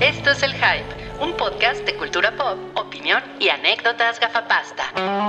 Esto es El Hype, un podcast de cultura pop, opinión y anécdotas gafapasta.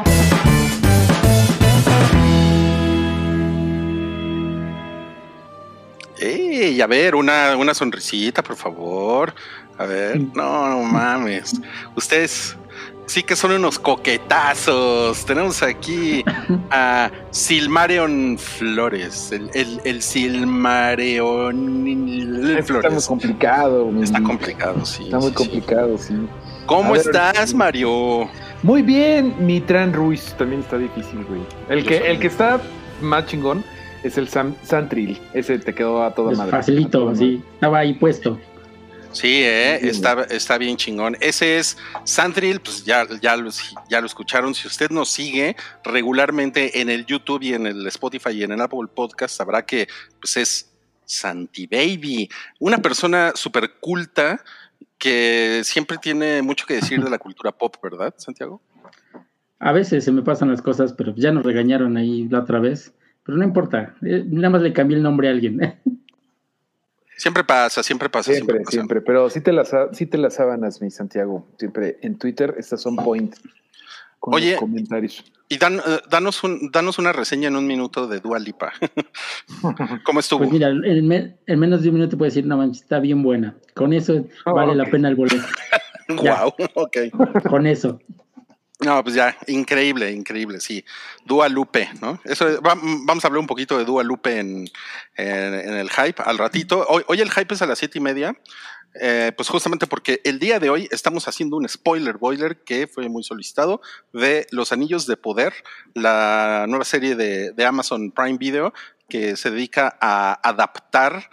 A ver, una sonrisita, por favor. A ver, no mames. Ustedes sí que son unos coquetazos. Tenemos aquí a Silmareon Flores. El Silmareon Flores. Está muy complicado. Está complicado, sí. Está muy complicado, sí. ¿Cómo estás, Mario? Muy bien, mi Tran Ruiz también está difícil, güey. El que está más chingón es el Santril. Ese te quedó a toda madre. Facilito, sí. Estaba ahí puesto. Sí, está bien chingón. Ese es Santril, pues ya lo escucharon. Si usted nos sigue regularmente en el YouTube y en el Spotify y en el Apple Podcast, sabrá que pues es Santi Baby, una persona súper culta que siempre tiene mucho que decir de la cultura pop, ¿verdad, Santiago? A veces se me pasan las cosas, pero ya nos regañaron ahí la otra vez. Pero no importa, nada más le cambié el nombre a alguien. Siempre pasa. Siempre. Pero sí te las sábanas, mi Santiago. Siempre en Twitter estás on point con los comentarios. Y danos una reseña en un minuto de Dua Lipa. ¿Cómo estuvo? Pues mira, en menos de un minuto te puedo decir, no manches, está bien buena. Con eso vale la pena el boleto. Wow, ok. Con eso. No, pues ya, increíble, sí. Dua Lupe, ¿no? Eso vamos a hablar un poquito de Dua Lupe en el Hype al ratito. Hoy el Hype es a las 7:30, pues justamente porque el día de hoy estamos haciendo un spoiler boiler que fue muy solicitado de Los Anillos de Poder, la nueva serie de Amazon Prime Video que se dedica a adaptar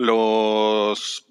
los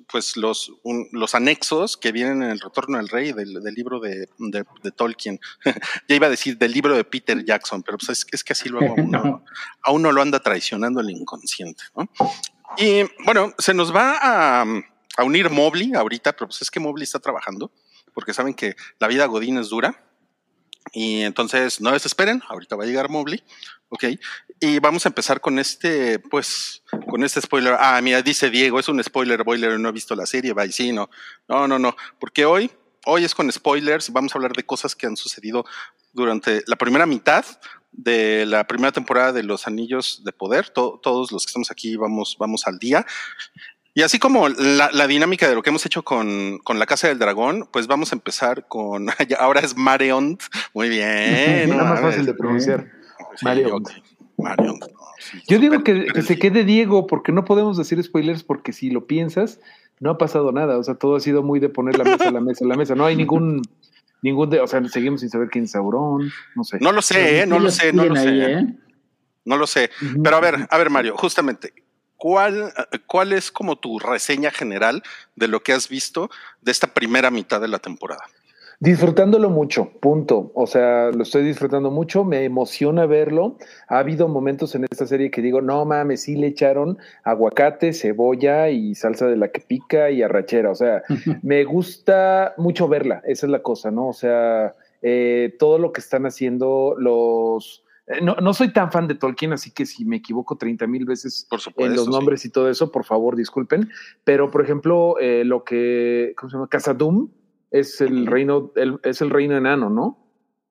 anexos que vienen en El Retorno del Rey del libro de Tolkien. Ya iba a decir del libro de Peter Jackson, pero pues es que así luego a uno lo anda traicionando el inconsciente, ¿no? Y bueno, se nos va a unir Mobley ahorita, pero pues es que Mobley está trabajando, porque saben que la vida godín es dura. Y entonces no desesperen, ahorita va a llegar Mobley, ok, y vamos a empezar con este spoiler. Mira, dice Diego, es un spoiler boiler, no he visto la serie, va, y sí, no, porque hoy es con spoilers, vamos a hablar de cosas que han sucedido durante la primera mitad de la primera temporada de Los Anillos de Poder. Todos los que estamos aquí vamos al día. Y así como la dinámica de lo que hemos hecho con La Casa del Dragón, pues vamos a empezar con, ahora es Mareont, muy bien. Nada más fácil de pronunciar. Sí, Mareont. Okay. Mareont, no, sí, yo digo que se quede Diego, porque no podemos decir spoilers, porque si lo piensas, no ha pasado nada. O sea, todo ha sido muy de poner la mesa. No hay ningún o sea, seguimos sin saber quién es Sauron, no sé. No lo sé. No lo sé. Uh-huh. Pero a ver, Mario, justamente, ¿cuál es como tu reseña general de lo que has visto de esta primera mitad de la temporada? Disfrutándolo mucho, punto. O sea, lo estoy disfrutando mucho, me emociona verlo. Ha habido momentos en esta serie que digo, no mames, sí le echaron aguacate, cebolla y salsa de la que pica y arrachera. O sea, me gusta mucho verla, esa es la cosa, ¿no? O sea, todo lo que están haciendo los... No soy tan fan de Tolkien, así que si me equivoco 30,000 veces en los nombres y todo eso, por favor, disculpen. Pero, por ejemplo, lo que, ¿cómo se llama? Khazad-dûm es el reino enano, ¿no?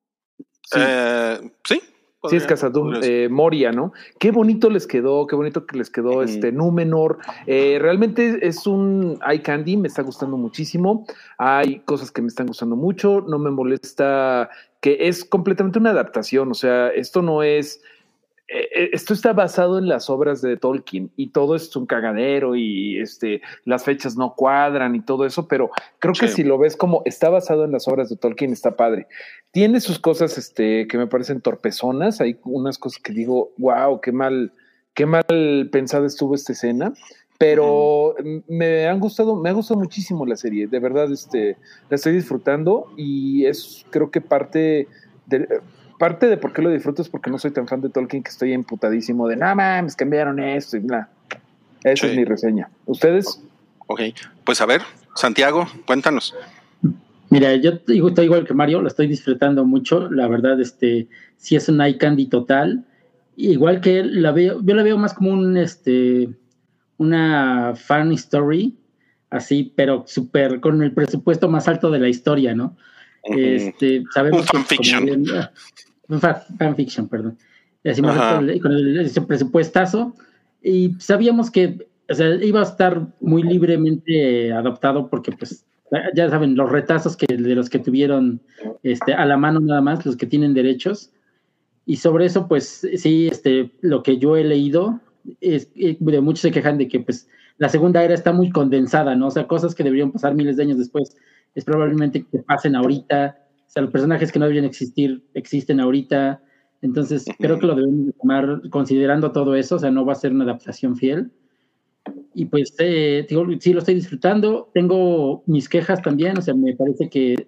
Sí. Sí, es Khazad-dûm, Moria, ¿no? Qué bonito que les quedó Númenor. Realmente es un eye candy, me está gustando muchísimo. Hay cosas que me están gustando mucho, no me molesta que es completamente una adaptación, o sea, esto no es... Esto está basado en las obras de Tolkien y todo es un cagadero y las fechas no cuadran y todo eso, pero creo que si lo ves como está basado en las obras de Tolkien está padre. Tiene sus cosas que me parecen torpezonas, hay unas cosas que digo, wow, qué mal pensada estuvo esta escena, pero me ha gustado muchísimo la serie, de verdad la estoy disfrutando y es creo que parte de por qué lo disfruto es porque no soy tan fan de Tolkien, que estoy emputadísimo de, no mames, cambiaron esto y bla. Esa es mi reseña. ¿Ustedes? Ok, pues a ver, Santiago, cuéntanos. Mira, yo estoy igual que Mario, la estoy disfrutando mucho, la verdad, sí es un eye candy total, igual que yo la veo más como una fan story así, pero súper con el presupuesto más alto de la historia, ¿no? Sabemos un fanfiction. Un fanfiction, perdón. Decimos con ese presupuestazo, y sabíamos que, o sea, iba a estar muy libremente adoptado porque, pues, ya saben, los retazos de los que tuvieron a la mano nada más, los que tienen derechos. Y sobre eso, pues, sí, lo que yo he leído, de muchos se quejan de que, pues, la segunda era está muy condensada, ¿no? O sea, cosas que deberían pasar miles de años después, es probablemente que pasen ahorita. O sea, los personajes que no deberían existir, existen ahorita. Entonces, creo que lo debemos tomar considerando todo eso. O sea, no va a ser una adaptación fiel. Y pues, digo, sí lo estoy disfrutando. Tengo mis quejas también. O sea, me parece que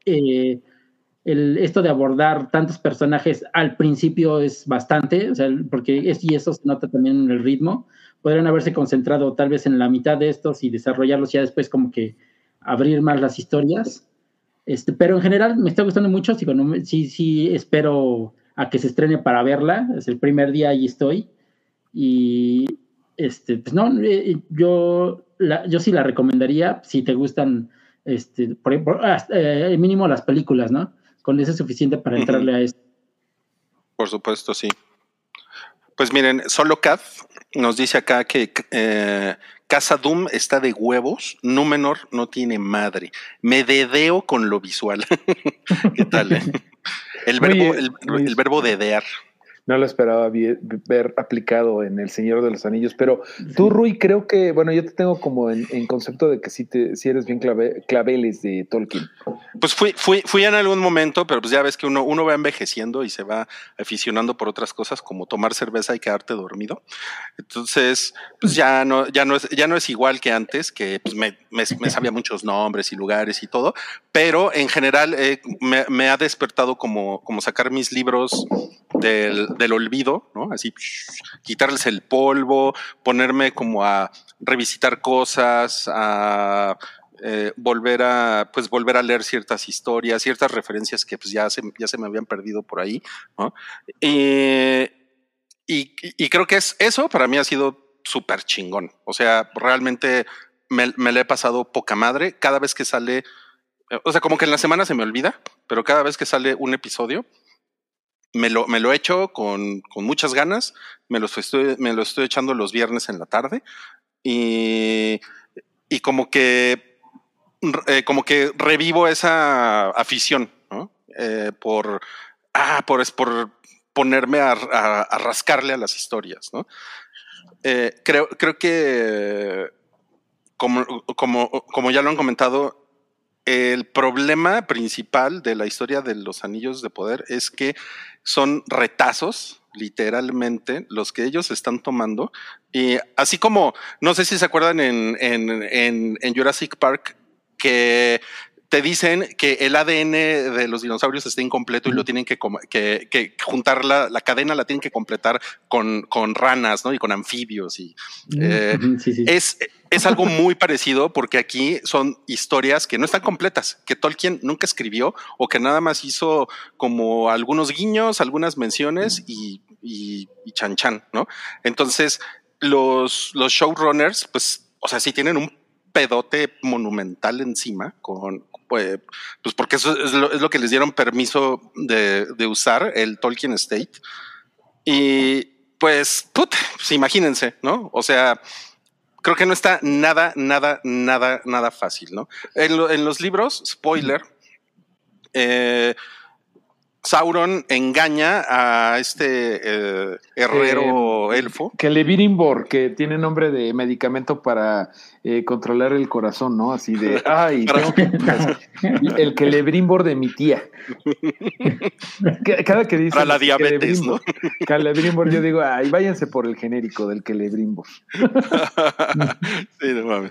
esto de abordar tantos personajes al principio es bastante, o sea, porque y eso se nota también en el ritmo. Podrían haberse concentrado tal vez en la mitad de estos y desarrollarlos ya después, como que abrir más las historias. Pero en general me está gustando mucho. Sí espero a que se estrene para verla. Es el primer día, ahí estoy. Y pues no, yo sí la recomendaría si te gustan, mínimo las películas, ¿no? Con eso es suficiente para entrarle a esto. Por supuesto, sí. Pues miren, Solo Cat nos dice acá que Casa Doom está de huevos, Númenor no tiene madre. Me dedeo con lo visual. ¿Qué tal? El verbo dedear. No lo esperaba ver aplicado en El Señor de los Anillos, pero tú, Rui, creo que, bueno, yo te tengo como en concepto de que sí eres bien claveles de Tolkien. Pues fui en algún momento, pero pues ya ves que uno va envejeciendo y se va aficionando por otras cosas, como tomar cerveza y quedarte dormido. Entonces, pues ya no es igual que antes, que pues me sabía muchos nombres y lugares y todo, pero en general me ha despertado como sacar mis libros del olvido, ¿no? Así, quitarles el polvo, ponerme como a revisitar cosas, a volver a leer ciertas historias, ciertas referencias que pues ya se me habían perdido por ahí, ¿no? Y creo que eso para mí ha sido súper chingón. O sea, realmente me le he pasado poca madre cada vez que sale. O sea, como que en la semana se me olvida, pero cada vez que sale un episodio me lo echo con muchas ganas. Me lo estoy echando los viernes en la tarde y como que revivo esa afición, ¿no? Por ponerme a rascarle a las historias, ¿no? Creo que como ya lo han comentado, el problema principal de la historia de los Anillos de Poder es que son retazos, literalmente, los que ellos están tomando. Y así como, no sé si se acuerdan en Jurassic Park, que te dicen que el ADN de los dinosaurios está incompleto y lo tienen que juntar, la cadena la tienen que completar con ranas, ¿no? Y con anfibios. Y sí. Es algo muy parecido, porque aquí son historias que no están completas, que Tolkien nunca escribió, o que nada más hizo como algunos guiños, algunas menciones y chan chan, ¿no? Entonces los showrunners, pues, o sea, sí tienen un pedote monumental encima, pues porque eso es lo que les dieron permiso de usar, el Tolkien Estate. Y pues, imagínense, ¿no? O sea, creo que no está nada fácil, ¿no? En los libros, spoiler, Sauron engaña a este herrero elfo. Celebrimbor, que tiene nombre de medicamento para controlar el corazón, ¿no? Así de, el Celebrimbor de mi tía. Cada que dice para la diabetes, ¿no? Celebrimbor, yo digo, váyanse por el genérico del Celebrimbor. Sí, no mames.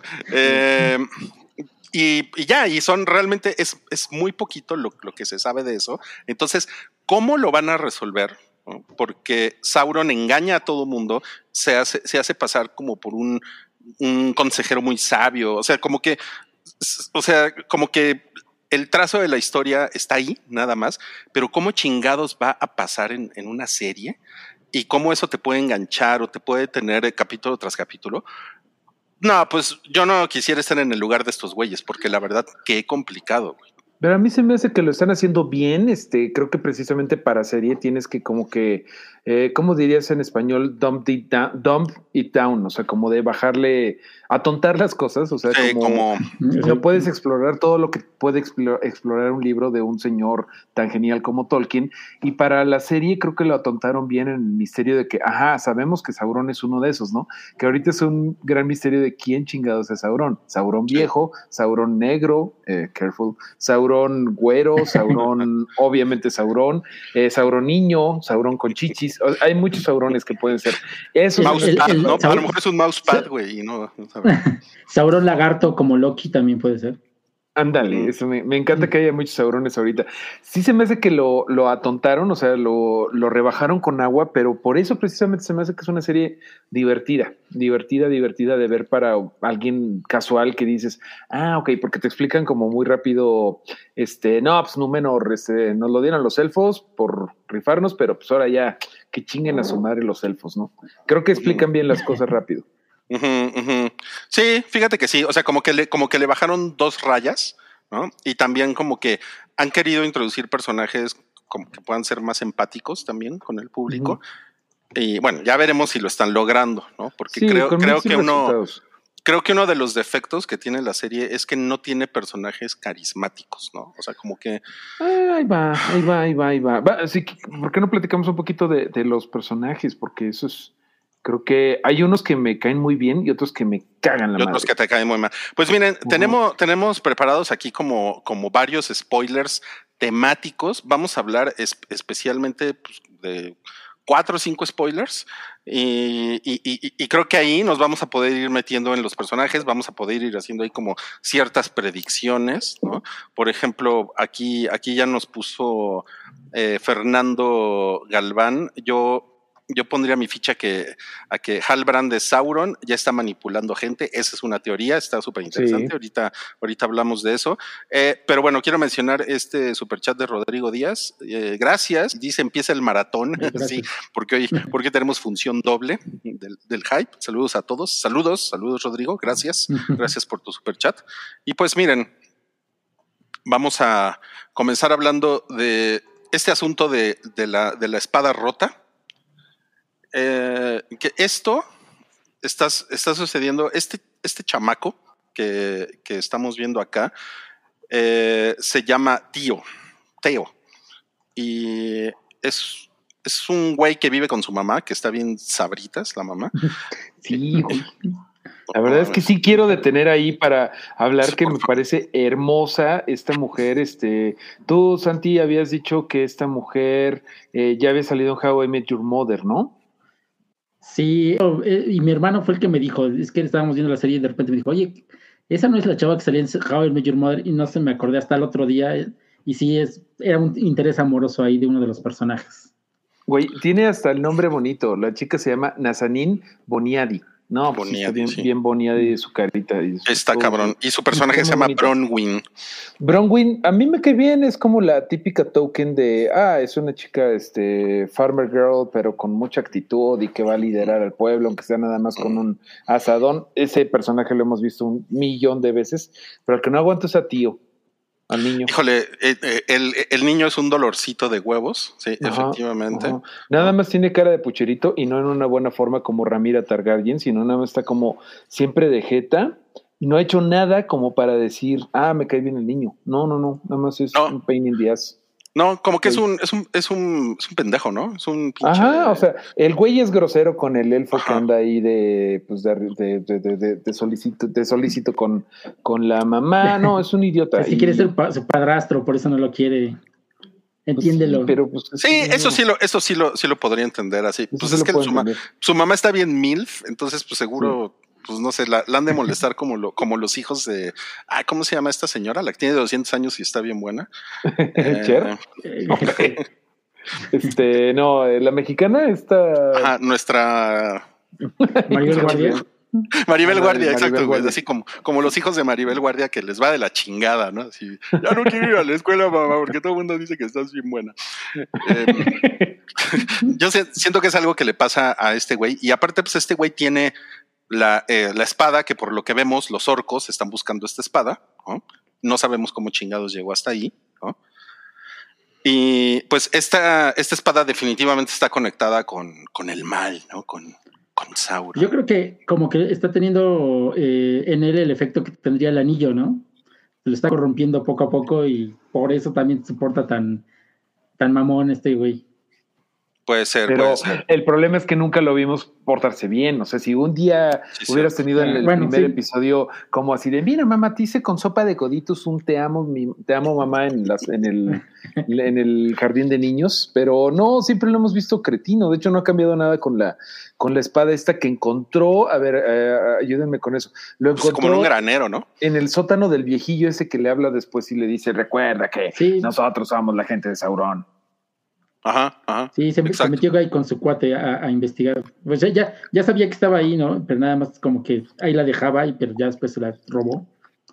Y son realmente, es muy poquito lo que se sabe de eso. Entonces, ¿cómo lo van a resolver? ¿No? Porque Sauron engaña a todo mundo, se hace pasar como por un consejero muy sabio. O sea, como que el trazo de la historia está ahí, nada más, pero ¿cómo chingados va a pasar en una serie? Y cómo eso te puede enganchar o te puede tener capítulo tras capítulo. No, pues yo no quisiera estar en el lugar de estos güeyes, porque la verdad, qué complicado, güey. Pero a mí se me hace que lo están haciendo bien. Creo que precisamente para serie tienes que como que, ¿cómo dirías en español? Dump it down, o sea, como de bajarle, atontar las cosas, o sea, Sí, como no puedes explorar todo lo que puede explorar un libro de un señor tan genial como Tolkien. Y para la serie creo que lo atontaron bien en el misterio de que, sabemos que Sauron es uno de esos, ¿no? Que ahorita es un gran misterio de quién chingados es Sauron. Sauron viejo, Sauron negro, careful, Sauron güero, Sauron, obviamente Sauron niño, Sauron con chichis. Hay muchos Saurones que pueden ser. Eso mousepad, ¿no? A lo mejor es un mousepad, güey, y no Sauron lagarto como Loki también puede ser. Ándale, eso me encanta que haya muchos Saurones ahorita. Sí se me hace que lo atontaron, o sea, lo rebajaron con agua, pero por eso precisamente se me hace que es una serie divertida de ver para alguien casual que dices, ok, porque te explican como muy rápido, no, pues Númenor, nos lo dieron los elfos por rifarnos, pero pues ahora ya, que chinguen a su madre los elfos, ¿no? Creo que explican bien las cosas rápido. Sí, fíjate que sí, o sea, como que le bajaron 2 rayas, ¿no? Y también como que han querido introducir personajes como que puedan ser más empáticos también con el público. Y bueno, ya veremos si lo están logrando, ¿no? Porque sí, creo que uno de los defectos que tiene la serie es que no tiene personajes carismáticos, ¿no? O sea, como que ahí va. Así que, ¿por qué no platicamos un poquito de los personajes? Porque eso es... Creo que hay unos que me caen muy bien y otros que me cagan la madre. Y otros que te caen muy mal. Pues miren, tenemos preparados aquí como varios spoilers temáticos. Vamos a hablar especialmente pues, de 4 o 5 spoilers y creo que ahí nos vamos a poder ir metiendo en los personajes, vamos a poder ir haciendo ahí como ciertas predicciones, ¿no? Por ejemplo, aquí ya nos puso Fernando Galván. Yo pondría mi ficha a que Halbrand de Sauron ya está manipulando gente. Esa es una teoría, está súper interesante. Sí. Ahorita hablamos de eso. Pero bueno, quiero mencionar este superchat de Rodrigo Díaz. Gracias. Dice, empieza el maratón. Sí, porque hoy tenemos función doble del hype. Saludos a todos. Saludos, Rodrigo. Gracias. Gracias por tu superchat. Y pues miren, vamos a comenzar hablando de este asunto de la espada rota. Que esto está sucediendo, este chamaco que estamos viendo acá se llama Teo, y es un güey que vive con su mamá, que está bien sabritas la mamá. Sí, la verdad es que sí quiero detener ahí para hablar que me parece hermosa esta mujer. Tú, Santi, habías dicho que esta mujer ya había salido en How I Met Your Mother, ¿no? Sí, y mi hermano fue el que me dijo, es que estábamos viendo la serie y de repente me dijo, oye, esa no es la chava que salía en How I Met Your Mother, y no se me acordé hasta el otro día, y sí, era un interés amoroso ahí de uno de los personajes. Güey, tiene hasta el nombre bonito, la chica se llama Nazanin Boniadi. No, pues Boniadi, está bien Boniadi de su carita. Está cabrón. Y su personaje se llama Bronwyn. Bronwyn, a mí me cae bien, es como la típica token de, es una chica, farmer girl, pero con mucha actitud y que va a liderar al pueblo, aunque sea nada más con un asadón. Ese personaje lo hemos visto 1,000,000 de veces, pero el que no aguanto es a Tío. Al niño. Híjole, el niño es un dolorcito de huevos, sí, efectivamente. Nada más tiene cara de pucherito y no en una buena forma como Ramira Targaryen, sino nada más está como siempre de jeta y no ha hecho nada como para decir, me cae bien el niño. No, nada más es un pain in the ass. No, como que es un pendejo, ¿no? Es un pinche... o sea, el güey es grosero con el elfo que anda ahí de solícito con la mamá. No, es un idiota. Si quiere ser su padrastro, por eso no lo quiere. Entiéndelo. Sí, pero pues, eso sí lo podría entender así. Pues es que su mamá está bien milf, entonces pues seguro... Sí. Pues no sé, la han de molestar como los hijos de... ¿cómo se llama esta señora? La que tiene 200 años y está bien buena. ¿Cher? No, la mexicana está... nuestra... Maribel Guardia. Maribel Guardia, exacto, güey. Así como los hijos de Maribel Guardia que les va de la chingada, ¿no? Así, ya no quiero ir a la escuela, mamá, porque todo el mundo dice que estás bien buena. Yo siento que es algo que le pasa a este güey. Y aparte, pues este güey tiene la espada, que por lo que vemos los orcos están buscando esta espada, ¿no? No sabemos cómo chingados llegó hasta ahí, ¿no? Y pues esta espada definitivamente está conectada con el mal, ¿no? Con Sauron. Yo creo que como que está teniendo en él el efecto que tendría el anillo, ¿no? Se lo está corrompiendo poco a poco y por eso también se porta tan mamón este güey. Puede ser, pero puede ser. El problema es que nunca lo vimos portarse bien. O sea, si un día hubieras tenido en el primer episodio como así de, mira, mamá, te hice con sopa de coditos un te amo mamá en el jardín de niños, pero no, siempre lo hemos visto cretino. De hecho, no ha cambiado nada con la espada esta que encontró. A ver, ayúdenme con eso. Lo encontró como en un granero, ¿no? En el sótano del viejillo ese que le habla después y le dice, recuerda que nosotros somos la gente de Sauron. Ajá. Sí, se metió ahí con su cuate a investigar. Pues ya sabía que estaba ahí, ¿no? Pero nada más como que ahí la dejaba, pero ya después se la robó.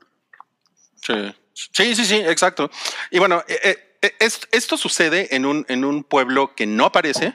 Sí, exacto. Y bueno, esto sucede en un pueblo que no aparece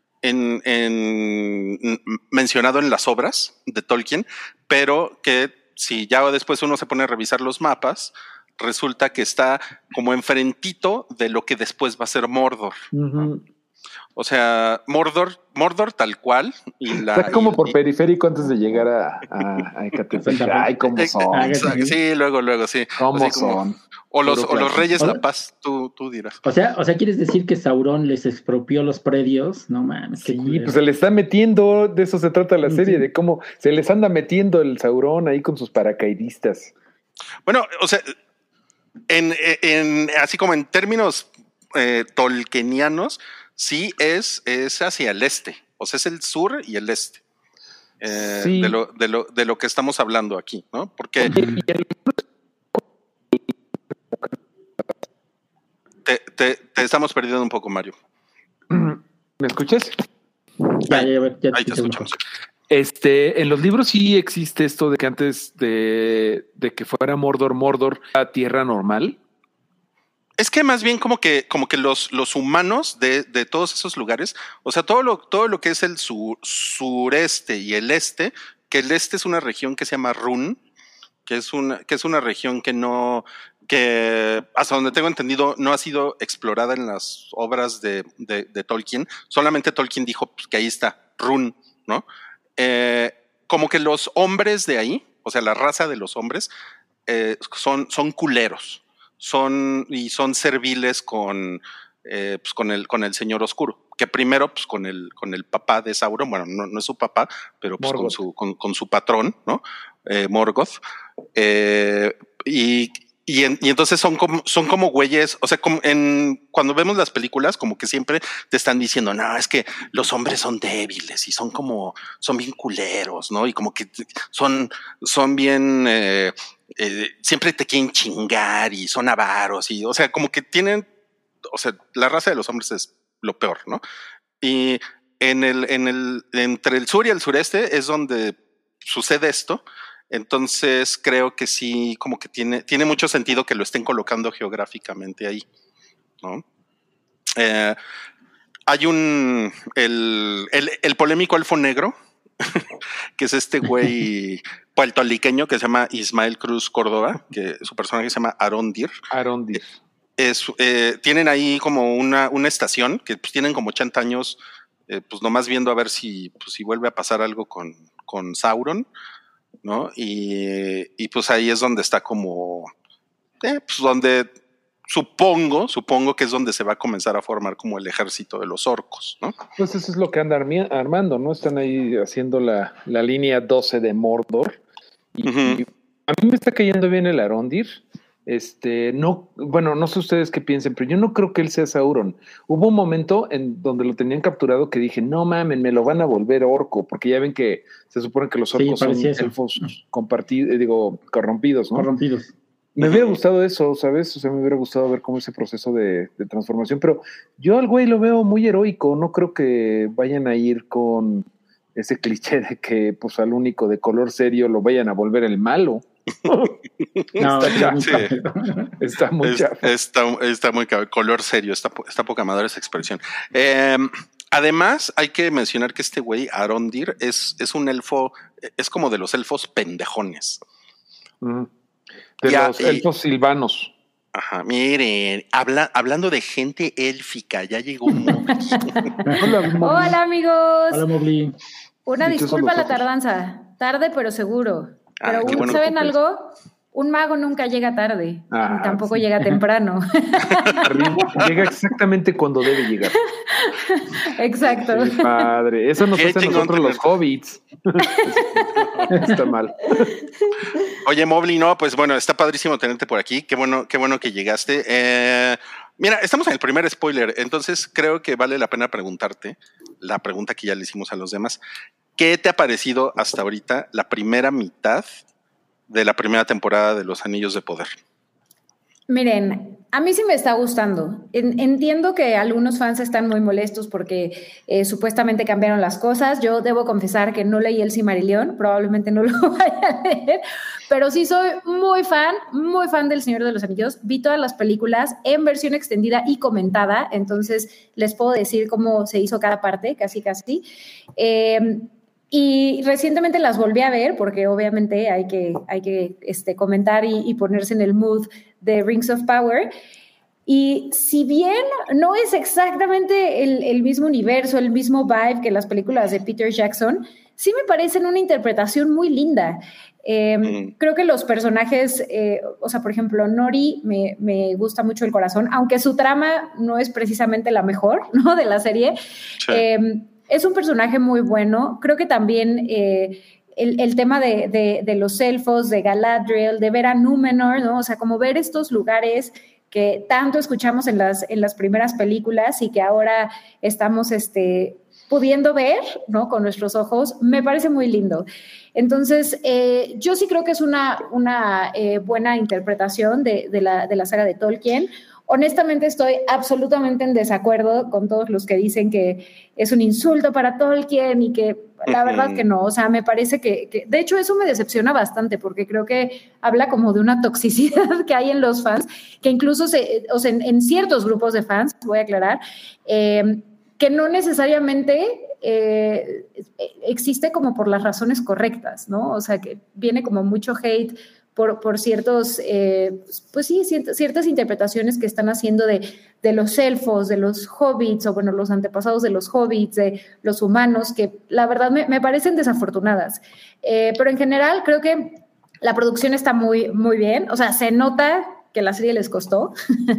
mencionado en las obras de Tolkien, pero que si ya después uno se pone a revisar los mapas, resulta que está como enfrentito de lo que después va a ser Mordor. Uh-huh. O sea, Mordor tal cual. Está como por periférico antes de llegar a Ecatepec. Ay, cómo son. Sí, luego, sí. ¿Cómo son? O los Reyes La Paz, tú dirás. O sea, ¿quieres decir que Sauron les expropió los predios? No mames. Sí, pues se le está metiendo, de eso se trata la serie, de cómo se les anda metiendo el Sauron ahí con sus paracaidistas. Bueno, o sea, así como en términos tolkienianos, sí es hacia el este, o sea, es el sur y el este de lo que estamos hablando aquí, ¿no? Porque te estamos perdiendo un poco, Mario. ¿Me escuchas? Ya ahí te escuchamos. En los libros sí existe esto de que antes de que fuera Mordor a tierra normal. Es que más bien como que los humanos de todos esos lugares, o sea, todo lo que es el sureste y el este, que el este es una región que se llama Run, que es una región que hasta donde tengo entendido no ha sido explorada en las obras de Tolkien. Solamente Tolkien dijo pues, que ahí está Run, ¿no? Como que los hombres de ahí, o sea, la raza de los hombres, son culeros, son serviles con el Señor Oscuro, que primero pues con el papá de Sauron, bueno, no es su papá, pero pues con su patrón, ¿no? Morgoth, y entonces son como güeyes, o sea, cuando vemos las películas, como que siempre te están diciendo, no, es que los hombres son débiles y son bien culeros, ¿no? Y como que son bien, siempre te quieren chingar y son avaros y, o sea, como que tienen, o sea, la raza de los hombres es lo peor, ¿no? Y entre el sur y el sureste es donde sucede esto. Entonces creo que sí, como que tiene mucho sentido que lo estén colocando geográficamente ahí, ¿no? Hay el polémico elfo negro, que es este güey puertorriqueño que se llama Ismael Cruz Córdoba, que su personaje se llama Arondir. Tienen ahí como una estación que pues tienen como 80 años, pues nomás viendo a ver si vuelve a pasar algo con Sauron, ¿no? Y pues ahí es donde está como pues donde supongo que es donde se va a comenzar a formar como el ejército de los orcos, ¿no? Pues eso es lo que anda armando, ¿no? Están ahí haciendo la línea 12 de Mordor y a mí me está cayendo bien el Arondir. No sé ustedes qué piensen, pero yo no creo que él sea Sauron. Hubo un momento en donde lo tenían capturado que dije, no mamen, me lo van a volver orco, porque ya ven que se supone que los orcos son elfos corrompidos, ¿no? Corrompidos. Me hubiera gustado eso, ¿sabes? O sea, me hubiera gustado ver cómo ese proceso de transformación, pero yo al güey lo veo muy heroico, no creo que vayan a ir con ese cliché de que pues al único de color serio lo vayan a volver el malo. No, está muy chafa. Está muy color serio, está poca madre esa expresión. Además, hay que mencionar que este güey, Arondir, es un elfo, es como de los elfos pendejones. De los elfos silvanos. Ajá, miren, hablando de gente élfica, ya llegó Mowgli. Hola, amigos. Hola, Mowgli. Una disculpa la tardanza. Tarde, pero seguro. Pero bueno, ¿saben algo? Un mago nunca llega tarde. Tampoco llega temprano. Llega exactamente cuando debe llegar. Exacto. Sí, padre. Eso nos hace a nosotros los hobbits. Está mal. Oye, Mowgli, no, pues bueno, está padrísimo tenerte por aquí. Qué bueno que llegaste. Mira, estamos en el primer spoiler, entonces creo que vale la pena preguntarte la pregunta que ya le hicimos a los demás. ¿Qué te ha parecido hasta ahorita la primera mitad de la primera temporada de Los Anillos de Poder? Miren, a mí sí me está gustando. Entiendo que algunos fans están muy molestos porque supuestamente cambiaron las cosas. Yo debo confesar que no leí el Silmarillion, probablemente no lo vaya a leer, pero sí soy muy fan del Señor de los Anillos. Vi todas las películas en versión extendida y comentada, entonces les puedo decir cómo se hizo cada parte, casi. Y recientemente las volví a ver porque obviamente hay que comentar y ponerse en el mood de Rings of Power. Y si bien no es exactamente el mismo universo, el mismo vibe que las películas de Peter Jackson, sí me parecen una interpretación muy linda. Creo que los personajes, por ejemplo, Nori me gusta mucho el corazón, aunque su trama no es precisamente la mejor, ¿no?, de la serie. Sí. Es un personaje muy bueno. Creo que también el tema de los elfos, de Galadriel, de ver a Númenor, ¿no? O sea, como ver estos lugares que tanto escuchamos en las primeras películas y que ahora estamos pudiendo ver, ¿no?, con nuestros ojos, me parece muy lindo. Entonces, yo sí creo que es una buena interpretación de la saga de Tolkien. Honestamente estoy absolutamente en desacuerdo con todos los que dicen que es un insulto para Tolkien y que la verdad que no, o sea, me parece que de hecho eso me decepciona bastante porque creo que habla como de una toxicidad que hay en los fans, que incluso en ciertos grupos de fans, voy a aclarar, que no necesariamente existe como por las razones correctas, ¿no? O sea, que viene como mucho hate por ciertos, ciertas interpretaciones que están haciendo de los elfos, de los hobbits, o bueno, los antepasados de los hobbits, de los humanos, que la verdad me parecen desafortunadas. Pero en general creo que la producción está muy, muy bien. O sea, se nota que la serie les costó.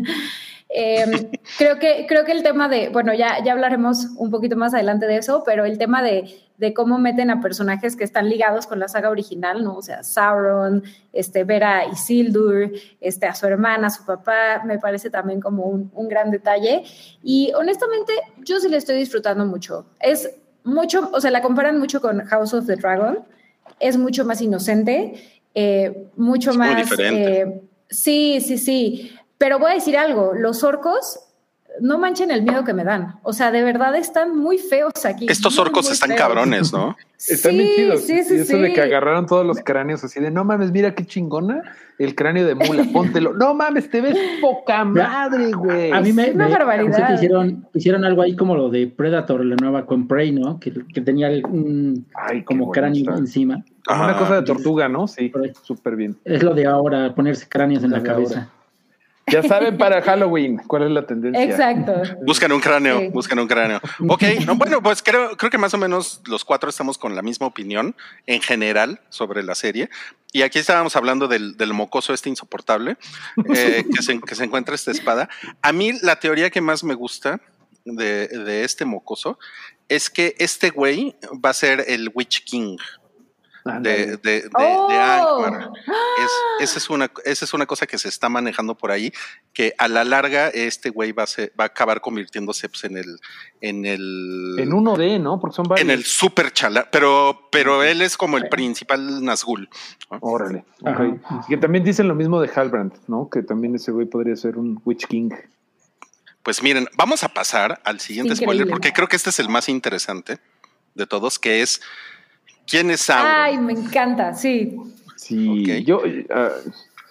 Creo que el tema de, bueno, ya hablaremos un poquito más adelante de eso, pero el tema de cómo meten a personajes que están ligados con la saga original, ¿no? O sea, Sauron, ver a Isildur, a su hermana, a su papá, me parece también como un gran detalle. Y honestamente, yo sí le estoy disfrutando mucho. Es mucho, o sea, la comparan mucho con House of the Dragon, es mucho más inocente, mucho es más... Muy diferente. Sí. Pero voy a decir algo, los orcos, no manchen el miedo que me dan. O sea, de verdad están muy feos aquí. Estos orcos están feos. Cabrones, ¿no? Están bien chidos. Sí, y eso de que agarraron todos los cráneos así de, no mames, mira qué chingona el cráneo de mula, póntelo. No mames, te ves poca madre, güey. A mí me barbaridad. Que hicieron algo ahí como lo de Predator, la nueva con Prey, ¿no? Que tenía como cráneo encima. Como una cosa de tortuga, ¿no? Sí, súper bien. Es lo de ahora, ponerse cráneos en la cabeza. Ahora. Ya saben para Halloween cuál es la tendencia. Exacto. Buscan un cráneo. Ok, no, bueno, pues creo que más o menos los cuatro estamos con la misma opinión en general sobre la serie. Y aquí estábamos hablando del mocoso insoportable que se encuentra esta espada. A mí la teoría que más me gusta de este mocoso es que este güey va a ser el Witch King de Angmar. Esa es una cosa que se está manejando por ahí, que a la larga este güey va a acabar convirtiéndose pues, en uno de, ¿no? Porque son varios. En el super chala, pero él es como el principal Nazgûl, ¿no? Órale. Okay. Que también dicen lo mismo de Halbrand, ¿no? Que también ese güey podría ser un Witch King. Pues miren, vamos a pasar al siguiente spoiler, porque creo que este es el más interesante de todos, que es ¿quién es Sauron? Ay, me encanta, sí. Sí, okay.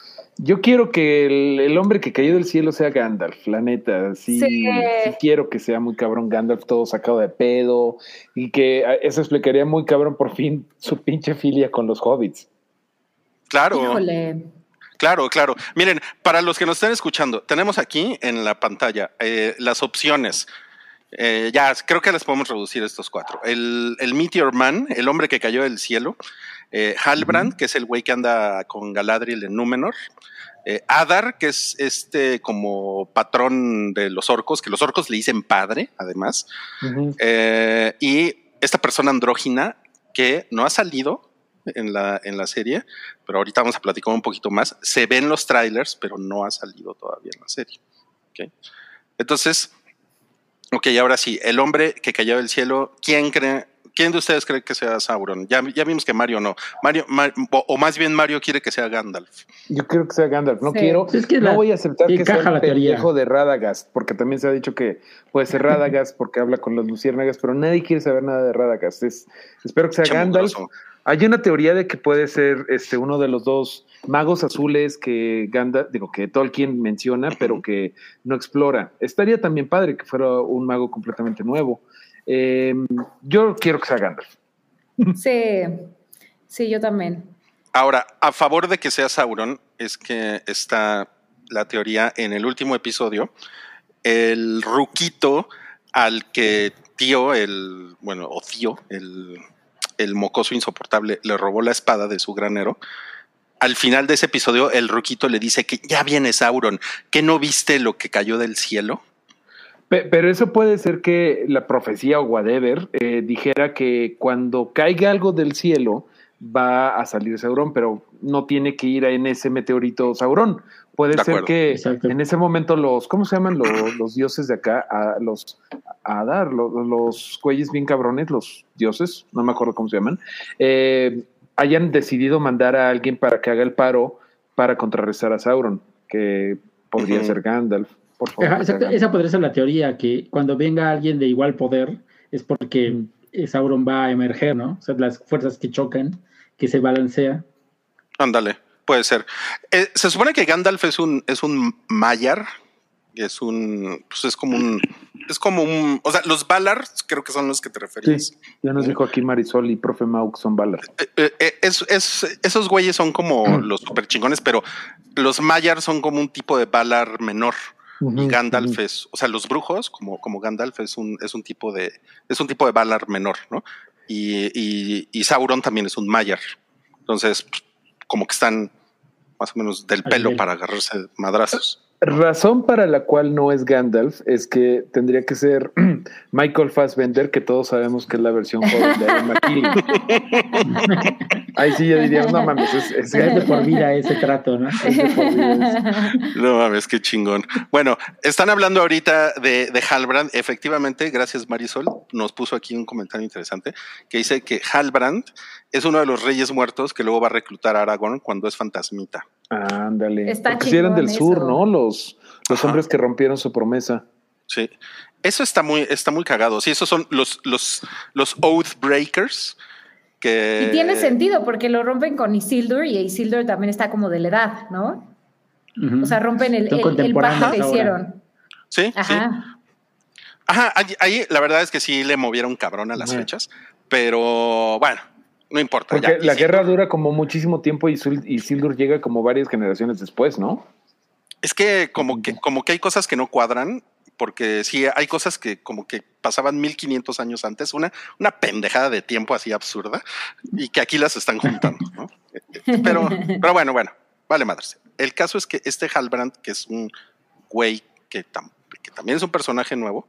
Yo quiero que el hombre que cayó del cielo sea Gandalf, la neta. Sí quiero que sea muy cabrón Gandalf, todo sacado de pedo, y que eso explicaría muy cabrón por fin su pinche filia con los hobbits. Claro. Híjole. Claro. Miren, para los que nos estén escuchando, tenemos aquí en la pantalla las opciones. Ya, creo que las podemos reducir estos 4. El Meteor Man, el hombre que cayó del cielo. Halbrand, que es el güey que anda con Galadriel en Númenor. Adar, que es como patrón de los orcos, que los orcos le dicen padre, además. Y esta persona andrógina que no ha salido en la serie, pero ahorita vamos a platicar un poquito más. Se ven los trailers, pero no ha salido todavía en la serie. ¿Okay? Entonces, ahora sí, el hombre que cayó del cielo, ¿quién de ustedes cree que sea Sauron? Ya vimos que Mario no. O más bien Mario quiere que sea Gandalf. Yo creo que sea Gandalf. No quiero, no voy a aceptar que sea el pendejo de Radagast, porque también se ha dicho que puede ser Radagast porque habla con las luciérnagas, pero nadie quiere saber nada de Radagast. Espero que sea Gandalf. Hay una teoría de que puede ser uno de los 2 magos azules que que Tolkien menciona, pero que no explora. Estaría también padre que fuera un mago completamente nuevo. Yo quiero que sea Gandalf. Sí, yo también. Ahora, a favor de que sea Sauron, es que está la teoría en el último episodio, el ruquito al que el mocoso insoportable le robó la espada de su granero. Al final de ese episodio, el ruquito le dice que ya viene Sauron, ¿que no viste lo que cayó del cielo? Pero eso puede ser que la profecía o whatever dijera que cuando caiga algo del cielo va a salir Sauron, pero no tiene que ir en ese meteorito Sauron. Puede ser que en ese momento ¿cómo se llaman los dioses de acá? Los güeyes bien cabrones, los dioses, no me acuerdo cómo se llaman, hayan decidido mandar a alguien para que haga el paro para contrarrestar a Sauron, que podría ser Gandalf. Por favor, esa podría ser la teoría, que cuando venga alguien de igual poder es porque Sauron va a emerger, ¿no? O sea, las fuerzas que chocan, que se balancea. Ándale, puede ser. Se supone que Gandalf es un Maiar, es como un, o sea, los Valar creo que son los que te referías. Sí, ya nos dijo aquí Marisol y profe Mau que son Valar. Esos güeyes son como los super chingones, pero los Maiar son como un tipo de Valar menor. Y Gandalf o sea, los brujos, como Gandalf es un tipo de Valar menor, ¿no? Y Sauron también es un Maiar. Entonces, como que están más o menos del pelo para agarrarse madrazos. Razón para la cual no es Gandalf es que tendría que ser Michael Fassbender, que todos sabemos que es la versión joven de Ian McKellen. Ahí sí yo diría, no mames, es de por vida ese trato, ¿no? Es de por vida. No mames, qué chingón. Bueno, están hablando ahorita de Halbrand. Efectivamente, gracias Marisol, nos puso aquí un comentario interesante que dice que Halbrand es uno de los reyes muertos que luego va a reclutar a Aragorn cuando es fantasmita. Ándale. Porque si eran del sur, ¿no? Los hombres que rompieron su promesa. Sí. Eso está muy cagado. Sí, esos son los Oathbreakers. Y tiene sentido, porque lo rompen con Isildur, y Isildur también está como de la edad, ¿no? O sea, rompen el pacto que hicieron. Sí, sí. Ajá, ahí la verdad es que sí le movieron cabrón a las fechas, pero bueno, no importa. Porque la guerra dura como muchísimo tiempo y Isildur llega como varias generaciones después, ¿no? Es que como que hay cosas que no cuadran, porque sí hay cosas que como que pasaban 1500 años antes, una pendejada de tiempo así absurda, y que aquí las están juntando, ¿no? Pero bueno, vale madres. El caso es que este Halbrand, que es un güey que también es un personaje nuevo,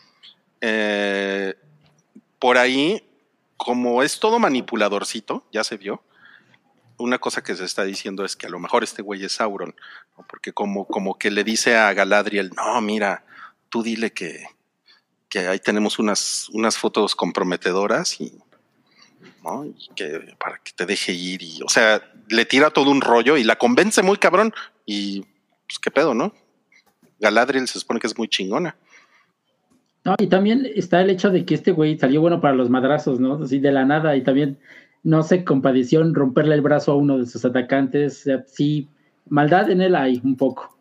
por ahí, como es todo manipuladorcito, ya se vio, una cosa que se está diciendo es que a lo mejor este güey es Sauron, ¿no? Porque como que le dice a Galadriel, no, mira, tú dile que ahí tenemos unas fotos comprometedoras ¿no? Y que para que te deje ir, y o sea, le tira todo un rollo y la convence muy cabrón, y pues qué pedo, ¿no? Galadriel se supone que es muy chingona. No, y también está el hecho de que este güey salió bueno para los madrazos, ¿no? Así de la nada, y también no se compadeció en romperle el brazo a uno de sus atacantes. O sea, sí maldad en él hay un poco.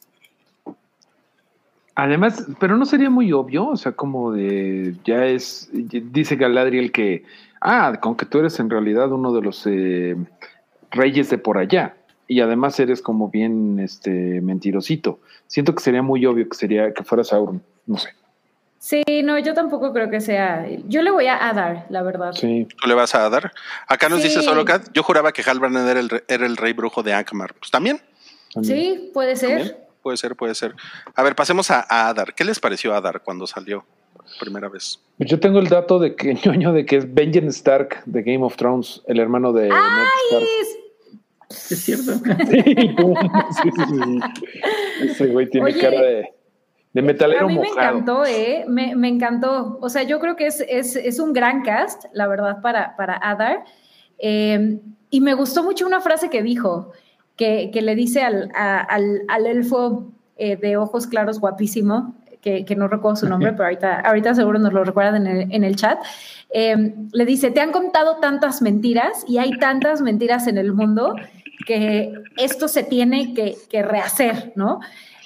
Además, pero no sería muy obvio, o sea, como de, dice Galadriel que, con que tú eres en realidad uno de los reyes de por allá, y además eres como bien mentirosito. Siento que sería muy obvio que fuera Sauron, no sé. Sí, no, yo tampoco creo que sea. Yo le voy a Adar, la verdad. Sí. ¿Tú le vas a Adar? Acá nos dice Solocat, yo juraba que Halbrand era el rey brujo de Angmar. Pues también. Sí, puede ser. ¿También? Puede ser. A ver, pasemos a Adar. ¿Qué les pareció Adar cuando salió primera vez? Pues yo tengo el dato de que es Benjen Stark de Game of Thrones, el hermano de Ned Stark. Es cierto. Sí. Ese güey tiene cara de metalero mojado. A mí me encantó. O sea, yo creo que es un gran cast, la verdad, para Adar. Y me gustó mucho una frase que dijo, que le dice al elfo de ojos claros, guapísimo, que no recuerdo su nombre, pero ahorita seguro nos lo recuerdan en el chat. Le dice, te han contado tantas mentiras y hay tantas mentiras en el mundo que esto se tiene que rehacer, ¿no?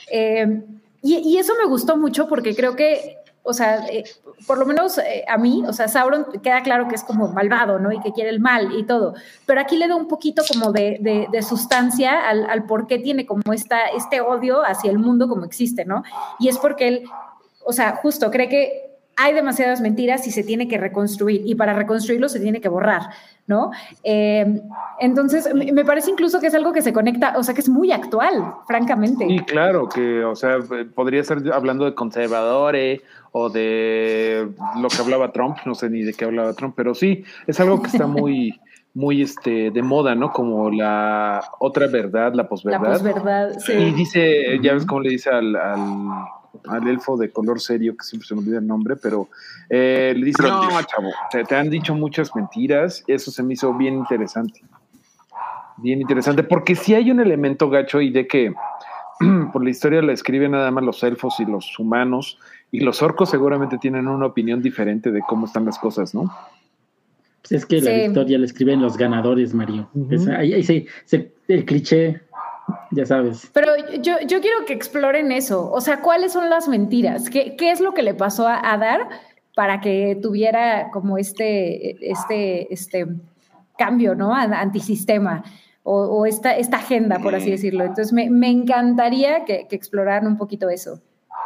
Y eso me gustó mucho porque creo que, o sea, por lo menos a mí, o sea, Sauron queda claro que es como malvado, ¿no? Y que quiere el mal y todo. Pero aquí le da un poquito como de sustancia al por qué tiene como este odio hacia el mundo como existe, ¿no? Y es porque él, o sea, justo cree que hay demasiadas mentiras y se tiene que reconstruir, y para reconstruirlo se tiene que borrar, ¿no? Entonces, me parece incluso que es algo que se conecta, o sea, que es muy actual, francamente. Sí, claro, que, o sea, podría estar hablando de conservadores o de lo que hablaba Trump, no sé ni de qué hablaba Trump, pero sí, es algo que está muy de moda, ¿no? Como la otra verdad, la posverdad. La posverdad, sí. Y dice, ya ves cómo le dice al elfo de color serio, que siempre se me olvida el nombre, pero le dice, no, chavo, te han dicho muchas mentiras. Eso se me hizo bien interesante, porque sí hay un elemento gacho y de que por la historia la escriben nada más los elfos y los humanos, y los orcos seguramente tienen una opinión diferente de cómo están las cosas, ¿no? Pues es que la historia la escriben los ganadores, Mario. Ahí el cliché, ya sabes. Pero yo quiero que exploren eso. O sea, ¿cuáles son las mentiras? ¿Qué es lo que le pasó a Adar para que tuviera como este cambio, ¿no? Antisistema o esta agenda, por así decirlo. Entonces, me encantaría que exploraran un poquito eso.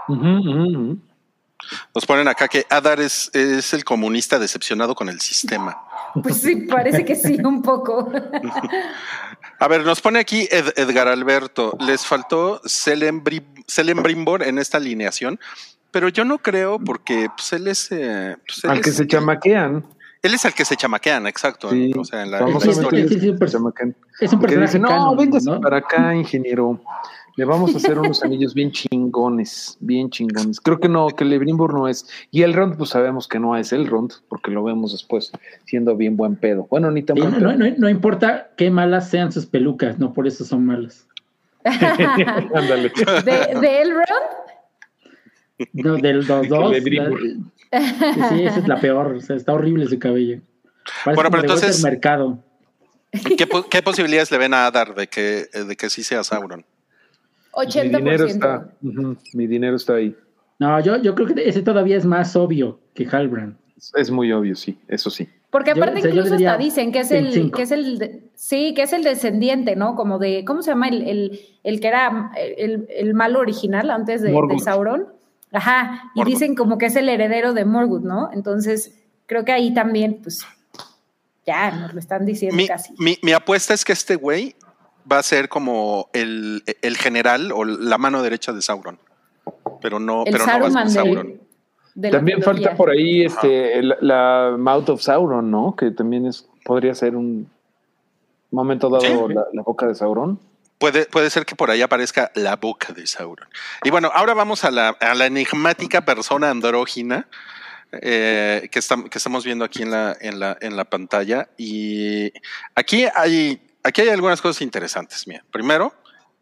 Nos ponen acá que Adar es el comunista decepcionado con el sistema. Pues sí, parece que sí, un poco. A ver, nos pone aquí Edgar Alberto. Les faltó Celebrimbor en esta alineación, pero yo no creo porque pues, él es... al que se chamaquean. Él es al que se chamaquean, exacto. Sí, o sea, en la historia. Es un personaje dice, no, véngase, ¿no? Para acá, ingeniero. Le vamos a hacer unos anillos bien chingones. Creo que no, que Celebrimbor no es. Y Elrond, pues sabemos que no es Elrond, porque lo vemos después siendo bien buen pedo. Bueno, ni tan buen pedo. No importa qué malas sean sus pelucas, no por eso son malas. Ándale. ¿De Elrond? No, del dos. Sí, esa es la peor. O sea, está horrible su cabello. Parece bueno, pero entonces, el mercado. ¿Qué posibilidades le ven a Adar de que sí sea Sauron? 80%. Mi dinero está ahí. No, yo creo que ese todavía es más obvio que Halbrand. Es muy obvio, sí, eso sí. Porque aparte incluso hasta dicen que es el descendiente, ¿no? Como de, ¿cómo se llama? El que era el malo original antes de Sauron. Ajá, y Morgoth. Dicen como que es el heredero de Morgoth, ¿no? Entonces, creo que ahí también, pues, ya nos lo están diciendo casi. Mi apuesta es que este güey va a ser como el general o la mano derecha de Sauron. Pero no va a ser Sauron. También falta por ahí la Mouth of Sauron, ¿no? Que también podría ser un momento dado la boca de Sauron. Puede ser que por ahí aparezca la boca de Sauron. Y bueno, ahora vamos a la enigmática persona andrógina que estamos viendo aquí en la pantalla. Y aquí hay algunas cosas interesantes. Mira, primero,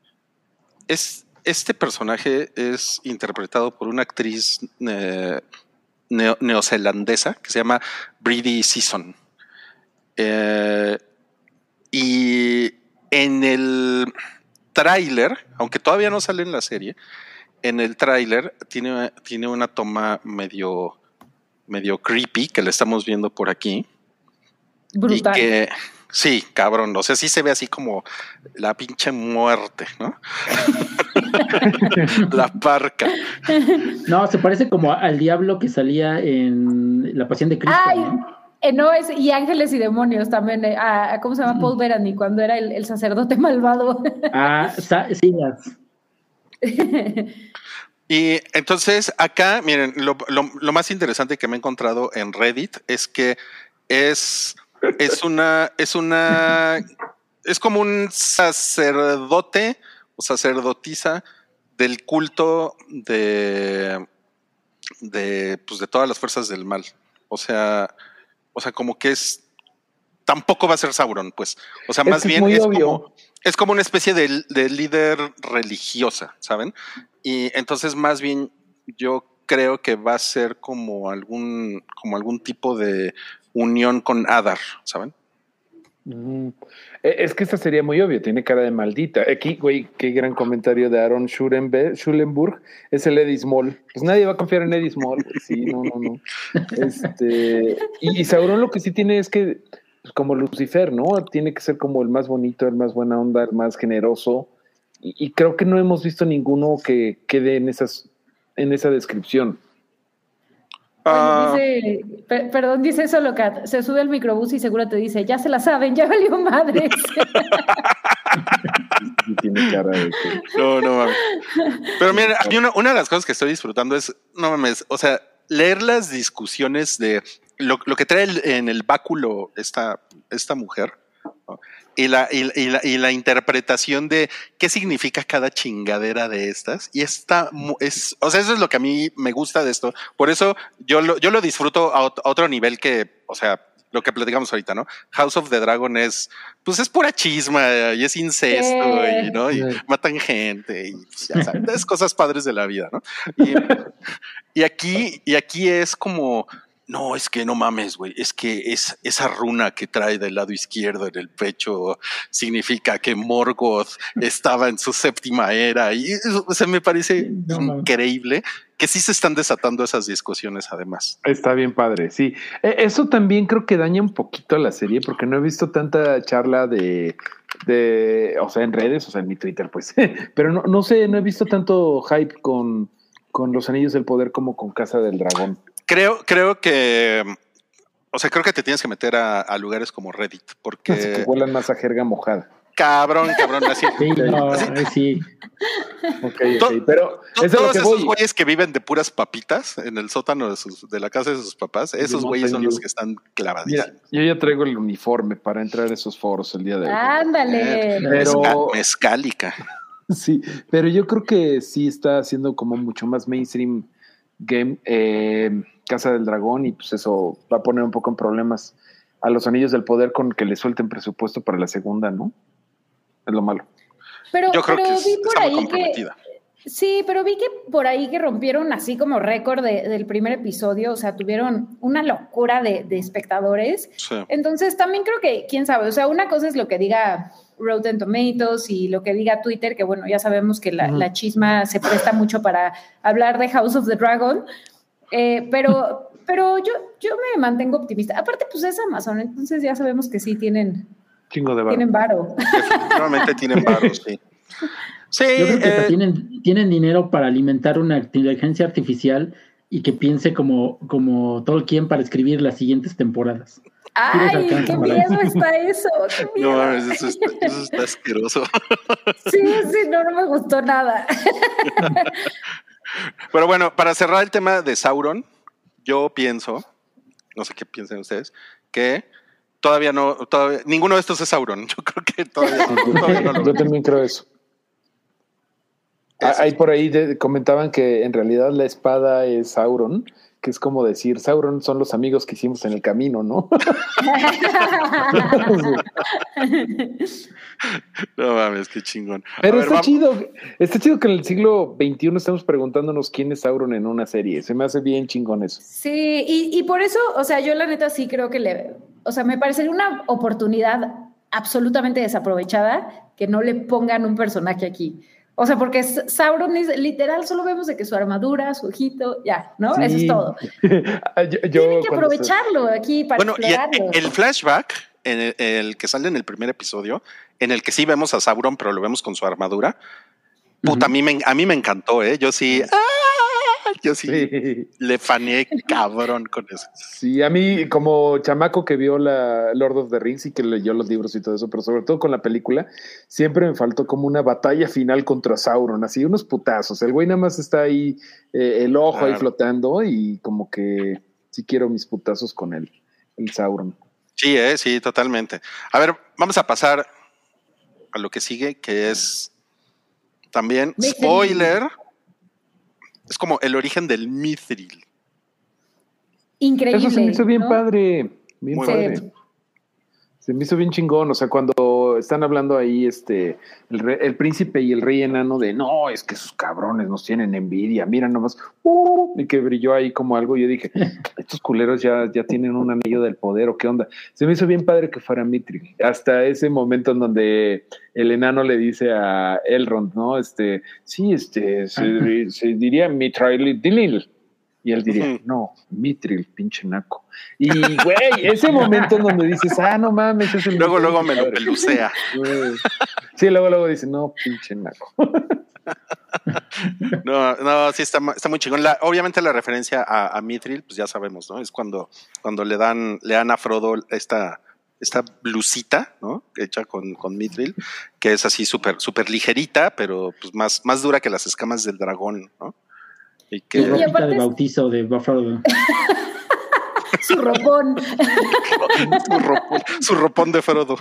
este personaje es interpretado por una actriz neozelandesa que se llama Bridie Season. Y en el tráiler, aunque todavía no sale en la serie, en el tráiler tiene una toma medio creepy que le estamos viendo por aquí. Brutal. Y que, sí, cabrón, o sea, sí se ve así como la pinche muerte, ¿no? La parca. No, se parece como al diablo que salía en La Pasión de Cristo. Ay, ¿no? y Ángeles y Demonios también. ¿Cómo se llama? Paul Bettany, cuando era el sacerdote malvado. Sí. Y entonces acá, miren, lo más interesante que me he encontrado en Reddit es que es como un sacerdote o sacerdotisa del culto de todas las fuerzas del mal. O sea, como que tampoco va a ser Sauron, pues. O sea, más bien es como una especie de líder religiosa, ¿saben? Y entonces más bien yo creo que va a ser como algún tipo de unión con Adar, ¿saben? Es que esta sería muy obvio, tiene cara de maldita. Aquí, güey, qué gran comentario de Aaron Schulenburg, es el Eddie Small. Pues nadie va a confiar en Eddie Small, güey. Sí, no. Y Sauron lo que sí tiene es que, pues, como Lucifer, ¿no? Tiene que ser como el más bonito, el más buena onda, el más generoso. Y creo que no hemos visto ninguno que quede en esa descripción. Oye, dice Solocat, se sube al microbús y seguro te dice, ya se la saben, ya valió madres. Sí, tiene cara de que... No mames. Pero mira, a mí una de las cosas que estoy disfrutando es, no mames, o sea, leer las discusiones de lo que trae en el báculo esta mujer, ¿no? Y la interpretación de qué significa cada chingadera de estas. Y o sea, eso es lo que a mí me gusta de esto. Por eso yo lo disfruto a otro nivel que, o sea, lo que platicamos ahorita, ¿no? House of the Dragon es pura chisma y es incesto y matan gente y pues, ya sabes, es cosas padres de la vida, ¿no? Y aquí es como... No, es que no mames, güey. Es que esa runa que trae del lado izquierdo en el pecho significa que Morgoth estaba en su 7ª era. Y eso, o sea, me parece increíble que sí se están desatando esas discusiones, además. Está bien padre, sí. Eso también creo que daña un poquito a la serie, porque no he visto tanta charla o sea, en redes, o sea, en mi Twitter, pues. Pero no sé, no he visto tanto hype con los Anillos del Poder como con Casa del Dragón. Creo que, o sea, creo que te tienes que meter a lugares como Reddit, porque... Así que vuelan más a jerga mojada. Cabrón, así. Sí. Okay, pero todos esos güeyes que viven de puras papitas en el sótano de la casa de sus papás, esos güeyes son los que están clavadísimos. Mira, yo ya traigo el uniforme para entrar a esos foros el día de hoy. ¡Ándale! Mezcálica. Sí, pero yo creo que sí está haciendo como mucho más mainstream game, Casa del Dragón, y pues eso va a poner un poco en problemas a los Anillos del Poder con que le suelten presupuesto para la segunda, ¿no? Es lo malo. Yo creo que está muy comprometida. Sí, pero vi que por ahí que rompieron así como récord del primer episodio, o sea, tuvieron una locura de espectadores. Sí. Entonces también creo que, quién sabe, o sea, una cosa es lo que diga Rotten Tomatoes y lo que diga Twitter, que bueno, ya sabemos que la chisma se presta mucho para hablar de House of the Dragon, pero yo me mantengo optimista. Aparte, pues es Amazon, entonces ya sabemos que sí tienen chingo de varo. Tienen varo. Definitivamente tienen varo, sí. Sí, yo creo que tienen dinero para alimentar una inteligencia artificial y que piense como Tolkien para escribir las siguientes temporadas. ¡Ay, qué miedo está eso! No, eso está asqueroso. Sí, no me gustó nada. Pero bueno, para cerrar el tema de Sauron, yo pienso, no sé qué piensen ustedes, que todavía ninguno de estos es Sauron. Yo creo que todavía no lo Yo también creo eso. Ahí por ahí comentaban que en realidad la espada es Sauron, que es como decir, Sauron son los amigos que hicimos en el camino, ¿no? No mames, qué chingón. Pero está chido que en el siglo XXI estamos preguntándonos quién es Sauron en una serie. Se me hace bien chingón eso. Sí, y por eso, o sea, yo la neta sí creo que me parecería una oportunidad absolutamente desaprovechada que no le pongan un personaje aquí. O sea, porque Sauron es literal, solo vemos de que su armadura, su ojito, ya, ¿no? Sí. Eso es todo. Tienen que aprovecharlo aquí para explorarlo. Y el flashback, en el que sale en el primer episodio, en el que sí vemos a Sauron, pero lo vemos con su armadura, puta, a mí me encantó, ¿eh? Yo sí le faneé cabrón con eso. Sí, a mí como chamaco que vio la Lord of the Rings y que leyó los libros y todo eso, pero sobre todo con la película, siempre me faltó como una batalla final contra Sauron, así unos putazos. El güey nada más está ahí, el ojo ahí flotando y como que sí quiero mis putazos con el Sauron. Sí, sí, totalmente. A ver, vamos a pasar a lo que sigue, que es también spoiler. Es como el origen del Mithril. Increíble. Eso se me hizo bien, ¿no? Padre. Bien muy padre. bonito. Se me hizo bien chingón. O sea, cuando están hablando ahí el príncipe y el rey enano de no, es que esos cabrones nos tienen envidia. Mira nomás. Y que brilló ahí como algo. Yo dije, estos culeros ya tienen un anillo del poder o qué onda. Se me hizo bien padre que fuera Mithril. Hasta ese momento en donde el enano le dice a Elrond, ¿no? Se diría Mithril. Y él diría, no, Mithril, pinche naco. Y, güey, ese momento en donde dices, no mames, es el luego me lo pelucea. Sí, luego dice, no, pinche naco. No, sí está muy chingón. Obviamente la referencia a Mithril, pues ya sabemos, ¿no? Es cuando le dan a Frodo esta blusita, ¿no? Hecha con Mithril, que es así súper ligerita, pero pues más dura que las escamas del dragón, ¿no? Y ropita de bautizo de Frodo. Su ropón. Su ropón de Frodo.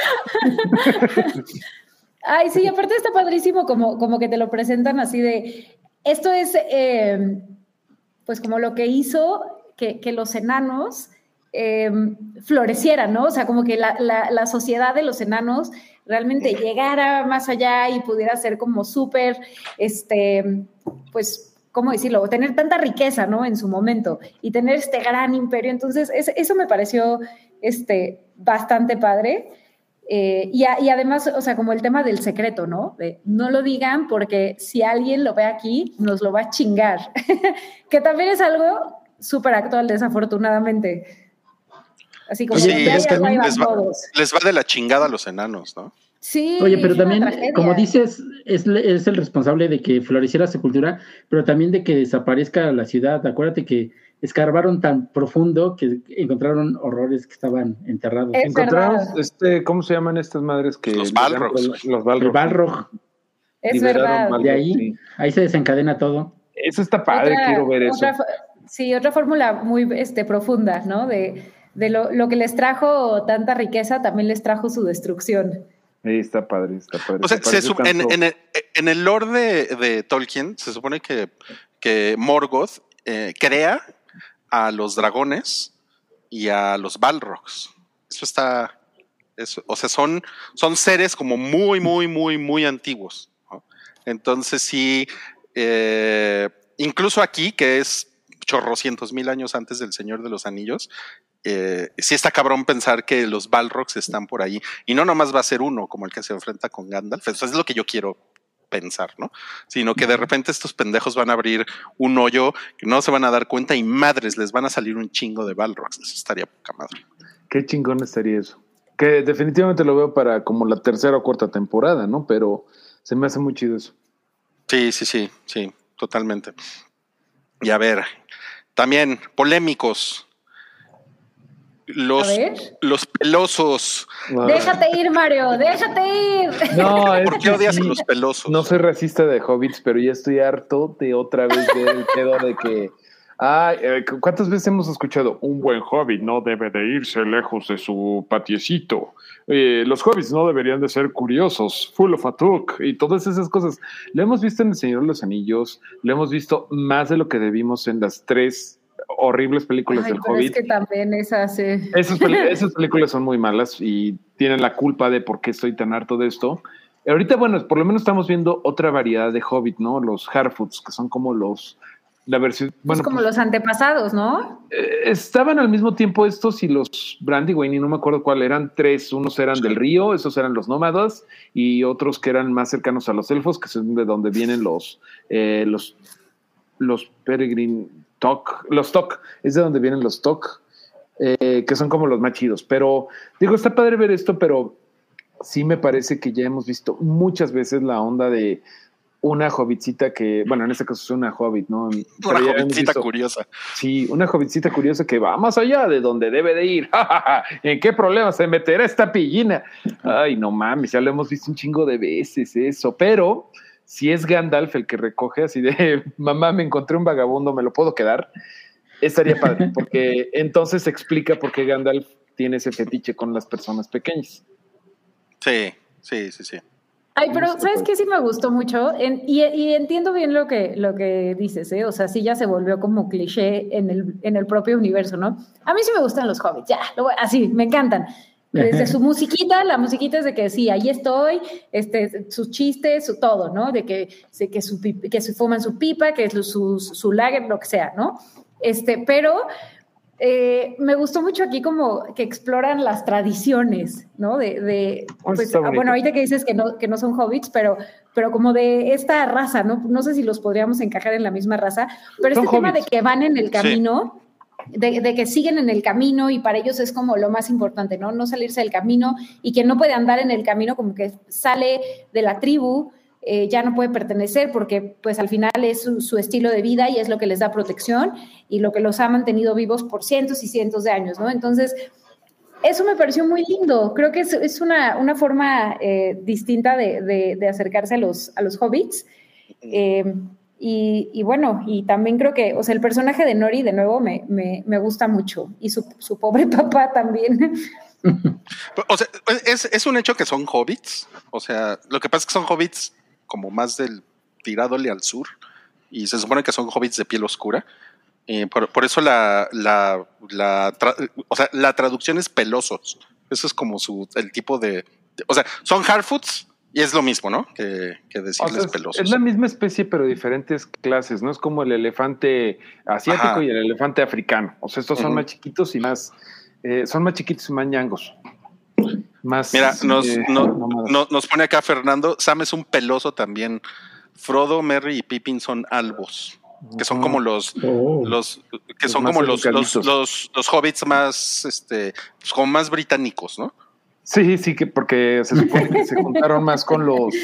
Ay, sí, aparte está padrísimo como que te lo presentan así de, esto es pues como lo que hizo que los enanos florecieran, ¿no? O sea, como que la sociedad de los enanos realmente llegara más allá y pudiera ser como súper, pues, ¿cómo decirlo? Tener tanta riqueza, ¿no? En su momento y tener este gran imperio. Entonces, eso me pareció bastante padre. Y además, o sea, como el tema del secreto, ¿no? No lo digan porque si alguien lo ve aquí, nos lo va a chingar. Que también es algo súper actual, desafortunadamente. Así como sí, les va de la chingada a los enanos, ¿no? Sí. Oye, pero también, como dices, es el responsable de que floreciera su cultura, pero también de que desaparezca la ciudad. Acuérdate que escarbaron tan profundo que encontraron horrores que estaban enterrados. Encontraron, ¿cómo se llaman estas madres que? Los Balrogs. Los Balrogs. El Balrog. Es verdad. De ahí se desencadena todo. Eso está padre, quiero ver eso. Otra fórmula muy profunda, ¿no? De lo que les trajo tanta riqueza, también les trajo su destrucción. Está padre. O sea, en el lore de Tolkien se supone que Morgoth crea a los dragones y a los Balrogs. O sea, son seres como muy, muy, muy, muy antiguos, ¿no? Entonces sí, incluso aquí, que es chorrocientos mil años antes del Señor de los Anillos, sí está cabrón pensar que los Balrogs están por ahí y no nomás va a ser uno como el que se enfrenta con Gandalf. Eso es lo que yo quiero pensar, ¿no? Sino que de repente estos pendejos van a abrir un hoyo que no se van a dar cuenta y madres, les van a salir un chingo de Balrogs. Eso estaría poca madre. Qué chingón estaría eso. Que definitivamente lo veo para como la tercera o cuarta temporada, ¿no? Pero se me hace muy chido eso. Sí, totalmente. Y a ver, también polémicos. Los pelosos. Wow. Déjate ir, Mario, déjate ir. No, ¿por qué odias a los pelosos? No soy racista de hobbits, pero ya estoy harto de otra vez ver el pedo de que ¿cuántas veces hemos escuchado? Un buen hobbit no debe de irse lejos de su patiecito. Los hobbits no deberían de ser curiosos, full of a talk y todas esas cosas. Lo hemos visto en El Señor de los Anillos, lo hemos visto más de lo que debimos en las 3 horribles películas del Hobbit. Es que también esas películas son muy malas y tienen la culpa de por qué estoy tan harto de esto. Ahorita, bueno, por lo menos estamos viendo otra variedad de Hobbit, ¿no? Los Harfoots, que son como los La versión, bueno, como los antepasados, ¿no? Estaban al mismo tiempo estos y los Brandywine, y no me acuerdo cuál eran, 3, unos eran del río, esos eran los nómadas, y otros que eran más cercanos a los elfos, que son de donde vienen los Peregrine los Tok, es de donde vienen los Tok, que son como los más chidos. Pero digo, está padre ver esto, pero sí me parece que ya hemos visto muchas veces la onda de una hobbitcita que, bueno, en este caso es una hobbit, ¿no? Una hobbitcita curiosa. Sí, una hobbitcita curiosa que va más allá de donde debe de ir. ¿En qué problema se meterá esta pillina? Ay, no mames, ya lo hemos visto un chingo de veces eso, pero si es Gandalf el que recoge así de, mamá, me encontré un vagabundo, ¿me lo puedo quedar? Estaría padre, porque entonces explica por qué Gandalf tiene ese fetiche con las personas pequeñas. Sí. Ay, pero ¿sabes qué? Sí me gustó mucho y entiendo bien lo que dices, ¿eh? O sea, sí ya se volvió como cliché en el propio universo, ¿no? A mí sí me gustan los hobbits, ya, así, me encantan. Desde su musiquita, la musiquita es de que sí, ahí estoy, sus chistes, todo, ¿no? De que se fuman su pipa, que es su lager, lo que sea, ¿no? Pero me gustó mucho aquí como que exploran las tradiciones, ¿no? Pues, bueno, ahorita que dices que no son hobbits, pero como de esta raza, ¿no? No sé si los podríamos encajar en la misma raza, pero son tema hobbits. De que van en el camino, sí. de que siguen en el camino y para ellos es como lo más importante, ¿no? No salirse del camino y quien no puede andar en el camino como que sale de la tribu, ya no puede pertenecer porque pues al final es su estilo de vida y es lo que les da protección y lo que los ha mantenido vivos por cientos y cientos de años, ¿no? Entonces, eso me pareció muy lindo. Creo que es una forma distinta de acercarse a los hobbits. Y bueno, y también creo que, o sea, el personaje de Nori, de nuevo, me gusta mucho. Y su pobre papá también. O sea, es un hecho que son hobbits. O sea, lo que pasa es que son hobbits como más del tirándole al sur. Y se supone que son hobbits de piel oscura. Por eso la traducción es pelosos. Eso es como el tipo de o sea, son Harfoots. Y es lo mismo, ¿no? Que decirles pelosos. Es la misma especie, pero diferentes clases, ¿no? Es como el elefante asiático. Ajá. Y el elefante africano. O sea, estos son más chiquitos y más... son más chiquitos y más ñangos. Más, mira, nos pone acá Fernando, Sam es un peloso también. Frodo, Merry y Pippin son albos. Que son como los hobbits más, pues como más británicos, ¿no? Sí, que porque se supone que se juntaron más con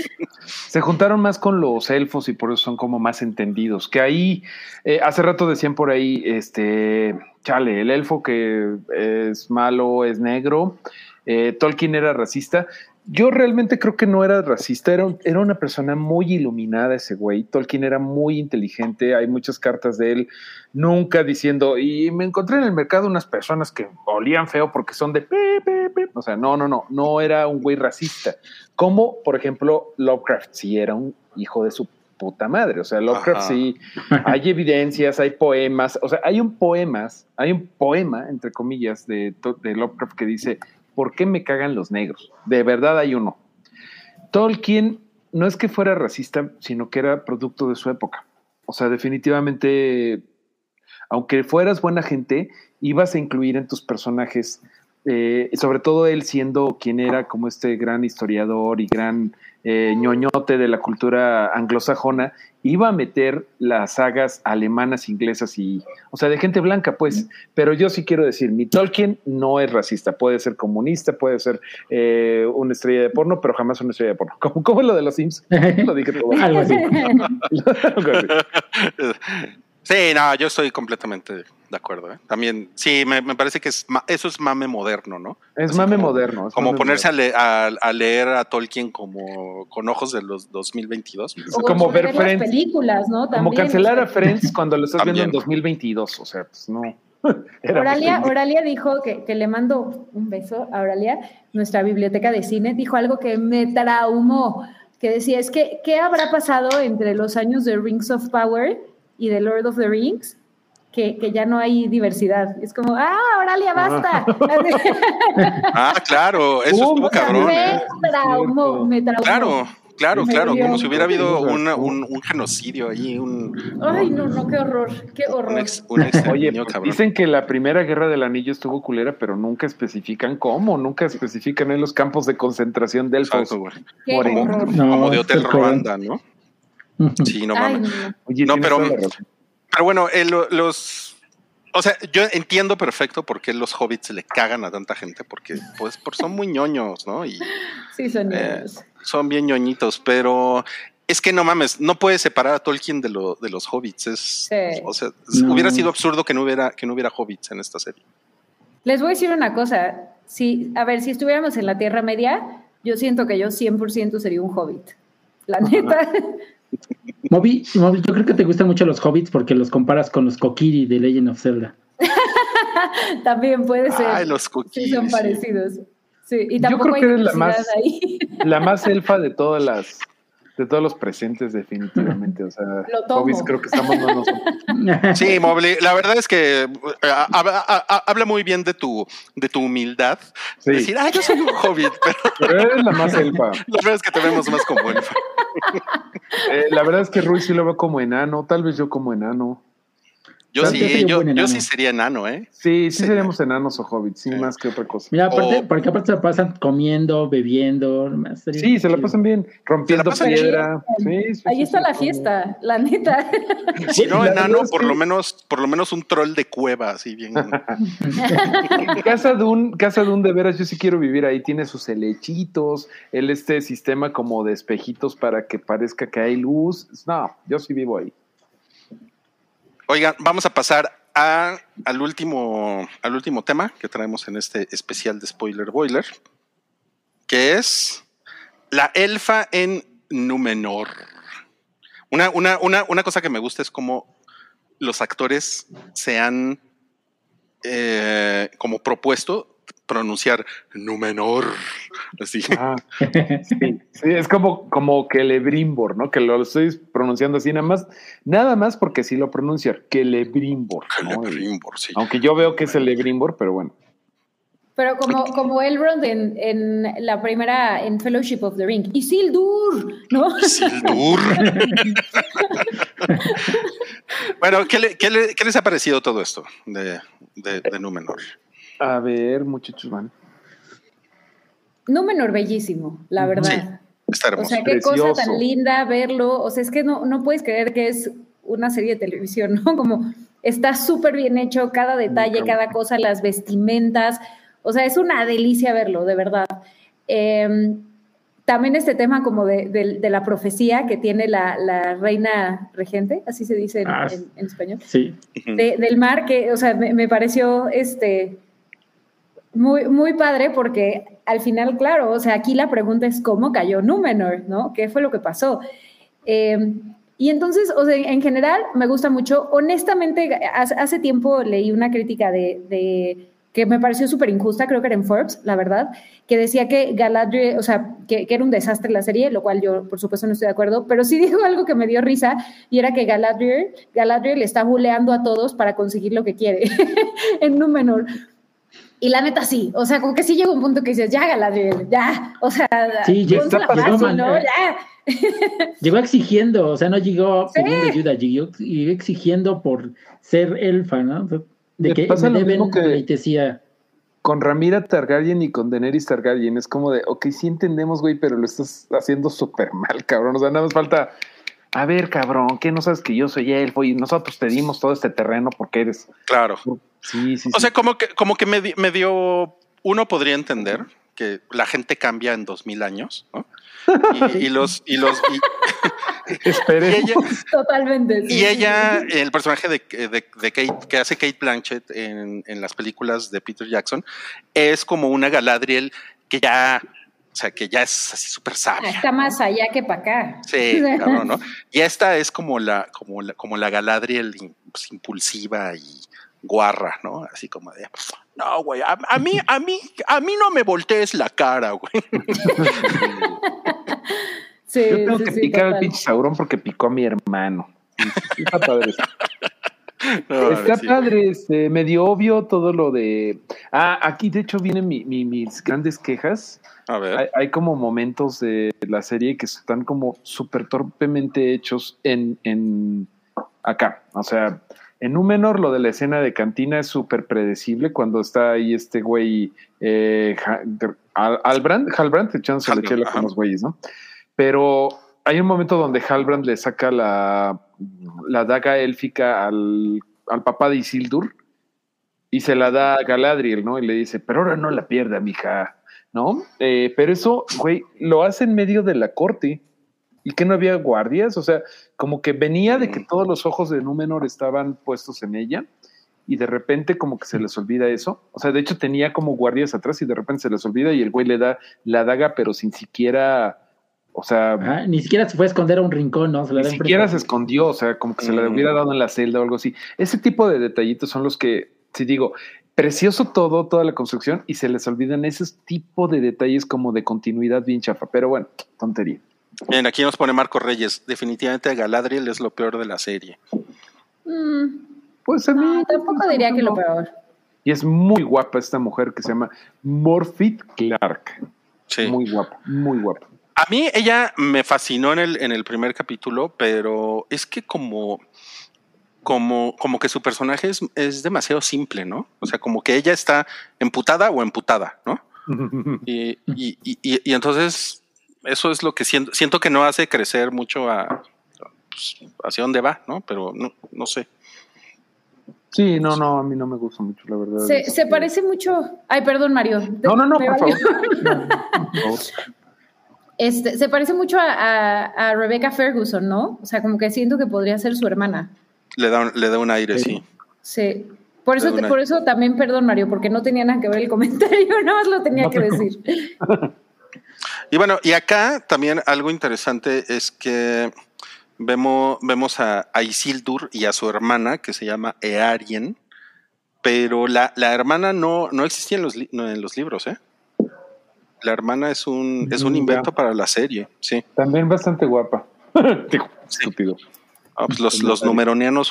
los elfos y por eso son como más entendidos. Que ahí, hace rato decían por ahí, chale, el elfo que es malo, es negro, Tolkien era racista. Yo realmente creo que no era racista, era una persona muy iluminada ese güey. Tolkien era muy inteligente, hay muchas cartas de él, nunca diciendo, y me encontré en el mercado unas personas que olían feo porque son de o sea, no era un güey racista. Como, por ejemplo, Lovecraft, sí era un hijo de su puta madre. O sea, Lovecraft sí, hay evidencias, hay poemas, o sea, hay un poema, entre comillas, de Lovecraft que dice... ¿Por qué me cagan los negros? De verdad hay uno. Tolkien no es que fuera racista, sino que era producto de su época. O sea, definitivamente, aunque fueras buena gente, ibas a incluir en tus personajes, sobre todo él siendo quien era como este gran historiador y gran ñoñote de la cultura anglosajona, iba a meter las sagas alemanas, inglesas y, o sea, de gente blanca, pues. Pero yo sí quiero decir, mi Tolkien no es racista. Puede ser comunista, puede ser una estrella de porno, pero jamás una estrella de porno. ¿Cómo es lo de los Sims? Lo dije todo. Algo así. Sí, no, yo estoy completamente de acuerdo. También, sí, me parece que eso es mame moderno, ¿no? Es mame moderno. Como ponerse a leer a Tolkien como con ojos de los 2022. O como ver Friends. Películas, ¿no? También, como cancelar a Friends cuando lo estás viendo en 2022. O sea, pues no. Oralia dijo que le mando un beso a Oralia, nuestra biblioteca de cine, dijo algo que me traumó, que decía, es que, ¿qué habrá pasado entre los años de Rings of Power y de Lord of the Rings? Que ya no hay diversidad. Es como, Oralia, basta. Claro, eso estuvo cabrón. Me traumó. Claro, Claro, como si hubiera habido un genocidio ahí. Ay, no, qué horror. Oye, pues dicen que la primera guerra del anillo estuvo culera, pero nunca especifican cómo, nunca especifican en los campos de concentración del Elfos. Como de Hotel Rwanda, ¿no? Sí, no mames. Oye, pero bueno, o sea, yo entiendo perfecto por qué los hobbits le cagan a tanta gente, porque pues son muy ñoños, ¿no? Y, sí, son ñoños. Son bien ñoñitos, pero es que no mames, no puedes separar a Tolkien de los hobbits. O sea, hubiera sido absurdo que no hubiera hobbits en esta serie. Les voy a decir una cosa. Si estuviéramos en la Tierra Media, yo siento que yo 100% sería un hobbit. La neta. Moby, yo creo que te gustan mucho los hobbits porque los comparas con los Kokiri de Legend of Zelda. También puede ser. Ay, los Kokiri. Sí, son parecidos. Sí, y tampoco yo creo que hay eres la más elfa de todos los presentes, definitivamente. O sea, hobbits creo que estamos no nosotros. Sí, Mobley, la verdad es que habla muy bien de tu humildad. Sí. Decir, yo soy un hobbit, pero eres la más elfa. La verdad es que te vemos más como elfa. La verdad es que Rui sí lo veo como enano, tal vez yo como enano. Yo sí sería enano, ¿eh? Sí, seríamos enanos o hobbits, sí, más que otra cosa. Mira, porque aparte se la pasan comiendo, bebiendo. Sí, se la pasan bien, rompiendo piedra. Sí, ahí está la fiesta, la neta. Si no, enano, por lo menos un troll de cueva, así bien. Casa Dune, de veras, yo sí quiero vivir ahí. Tiene sus helechitos, este sistema como de espejitos para que parezca que hay luz. No, yo sí vivo ahí. Oigan, vamos a pasar al último tema que traemos en este especial de Spoiler Boiler, que es la elfa en Númenor. Una cosa que me gusta es cómo los actores se han como propuesto pronunciar Númenor. Así. Sí, es como Celebrimbor, ¿no? Que lo estoy pronunciando así nada más porque sí lo pronuncian, Celebrimbor, ¿no? Celebrimbor, sí. Aunque yo veo que es Celebrimbor, pero bueno. Pero como Elrond en la primera, en Fellowship of the Ring. Isildur, ¿no? Isildur. Bueno, ¿qué les ha parecido todo esto de Númenor? A ver, muchachos, van. Númenor bellísimo, la verdad. Sí, está hermoso. O sea, qué cosa tan linda verlo. O sea, es que no puedes creer que es una serie de televisión, ¿no? Como está súper bien hecho, cada detalle, cada cosa, las vestimentas. O sea, es una delicia verlo, de verdad. También este tema como de la profecía que tiene la reina regente, así se dice en español. Sí. Del mar, que, o sea, me pareció muy, muy padre porque al final, claro, o sea, aquí la pregunta es cómo cayó Númenor, ¿no? ¿Qué fue lo que pasó? Y entonces, o sea, en general me gusta mucho. Honestamente, hace tiempo leí una crítica de que me pareció súper injusta, creo que era en Forbes, la verdad, que decía que Galadriel, o sea, que era un desastre la serie, lo cual yo, por supuesto, no estoy de acuerdo, pero sí dijo algo que me dio risa, y era que Galadriel está buleando a todos para conseguir lo que quiere en Númenor. Y la neta sí, o sea, como que sí llega un punto que dices, ya Galadriel, ya, o sea, sí, ya está pasando, ¿no? Ya. Llegó exigiendo, o sea, no llegó pidiendo ayuda, llegó exigiendo por ser elfa, ¿no? De que pasa me lo deben mismo que pleitesía. Con Rhaenyra Targaryen y con Daenerys Targaryen. Es como de, ok, sí entendemos, güey, pero lo estás haciendo súper mal, cabrón. O sea, nada más falta, a ver, cabrón, ¿qué no sabes que yo soy elfo y nosotros te dimos todo este terreno porque eres... Claro. Sí. O sea, como que medio uno podría entender que la gente cambia en 2000 años, ¿no? Y totalmente. Sí, y ella, el personaje de Kate, que hace Kate Blanchett en las películas de Peter Jackson, es como una Galadriel que ya, o sea, que ya es así súper sabia. Está más allá que para acá. Sí, cabrón, ¿no? Y esta es como la Galadriel pues, impulsiva y guarra, ¿no? Así como de, no, güey, a mí no me voltees la cara, güey. Sí, yo tengo que picar al pinche Sauron porque picó a mi hermano. Está padre. No, Está sí. padre, medio obvio todo lo de... aquí de hecho vienen mis grandes quejas. A ver. Hay como momentos de la serie que están como súper torpemente hechos en acá. O sea, en Númenor lo de la escena de cantina es súper predecible cuando está ahí este güey Halbrand echándose la chela con los güeyes, ¿no? Pero hay un momento donde Halbrand le saca la daga élfica al papá de Isildur y se la da a Galadriel, ¿no? Y le dice, pero ahora no la pierda, mija, ¿no? Pero eso, güey, lo hace en medio de la corte y que no había guardias, o sea, como que venía de que todos los ojos de Númenor estaban puestos en ella y de repente como que se les olvida eso. O sea, de hecho tenía como guardias atrás y de repente se les olvida y el güey le da la daga, pero sin siquiera... O sea, ni siquiera se fue a esconder a un rincón, ¿no? Ni siquiera se escondió, o sea, como que se le hubiera dado en la celda o algo así. Ese tipo de detallitos son los que, si digo, precioso toda la construcción y se les olvidan esos tipos de detalles como de continuidad bien chafa. Pero bueno, tontería. Bien, aquí nos pone Marco Reyes. Definitivamente Galadriel es lo peor de la serie. Pues a mí... tampoco diría que lo peor. Y es muy guapa esta mujer que se llama Morfydd Clark. Sí. Muy guapa, muy guapa. A mí ella me fascinó en el primer capítulo, pero es que como que su personaje es demasiado simple, ¿no? O sea, como que ella está emputada o emputada, ¿no? y entonces eso es lo que siento que no hace crecer mucho pues, hacia dónde va, ¿no? Pero no sé. Sí, no, a mí no me gusta mucho, la verdad. Se parece mucho... Ay, perdón, Mario. No, por favor. Se parece mucho a Rebecca Ferguson, ¿no? O sea, como que siento que podría ser su hermana. Le da un aire, sí. Sí. Por eso también, perdón, Mario, porque no tenía nada que ver el comentario, nada más lo tenía que decir. Y bueno, y acá también algo interesante es que vemos a Isildur y a su hermana, que se llama Eärien, pero la hermana no existía en los libros, ¿eh? La hermana es un invento para la serie, sí. También bastante guapa. Estúpido. Pues los numenoreanos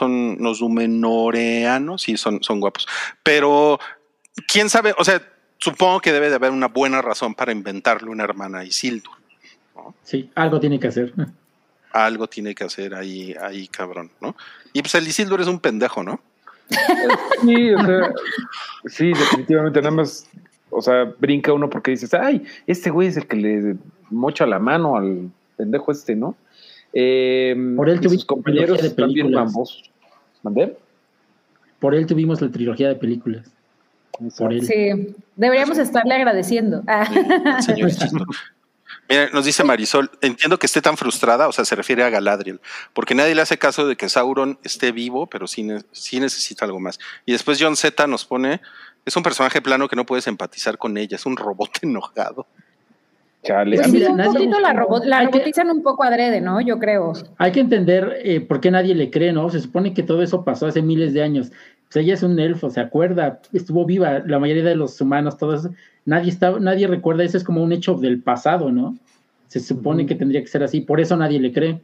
sí son guapos. Pero, ¿quién sabe? O sea, supongo que debe de haber una buena razón para inventarle una hermana a Isildur, ¿no? Sí, algo tiene que hacer. Algo tiene que hacer ahí, cabrón, ¿no? Y pues el Isildur es un pendejo, ¿no? Sí, o sea, sí, definitivamente, nada más, o sea, brinca uno porque dices, ay, este güey es el que le mocha la mano al pendejo ¿no? Por él sus compañeros están bien bambosos. ¿Mandé? Por él tuvimos la trilogía de películas. Por él. Sí, deberíamos estarle agradeciendo. Señor Isildur. Mira, nos dice Marisol, entiendo que esté tan frustrada, o sea, se refiere a Galadriel, porque nadie le hace caso de que Sauron esté vivo, pero sí necesita algo más. Y después John Z nos pone, es un personaje plano que no puedes empatizar con ella, es un robot enojado. Chale. Pues sí, un poquito la robotizan un poco adrede, ¿no? Yo creo. Hay que entender por qué nadie le cree, ¿no? Se supone que todo eso pasó hace miles de años. Pues ella es un elfo, ¿se acuerda? Estuvo viva, la mayoría de los humanos, todo eso. Nadie recuerda, eso es como un hecho del pasado, ¿no? Se supone que tendría que ser así, por eso nadie le cree.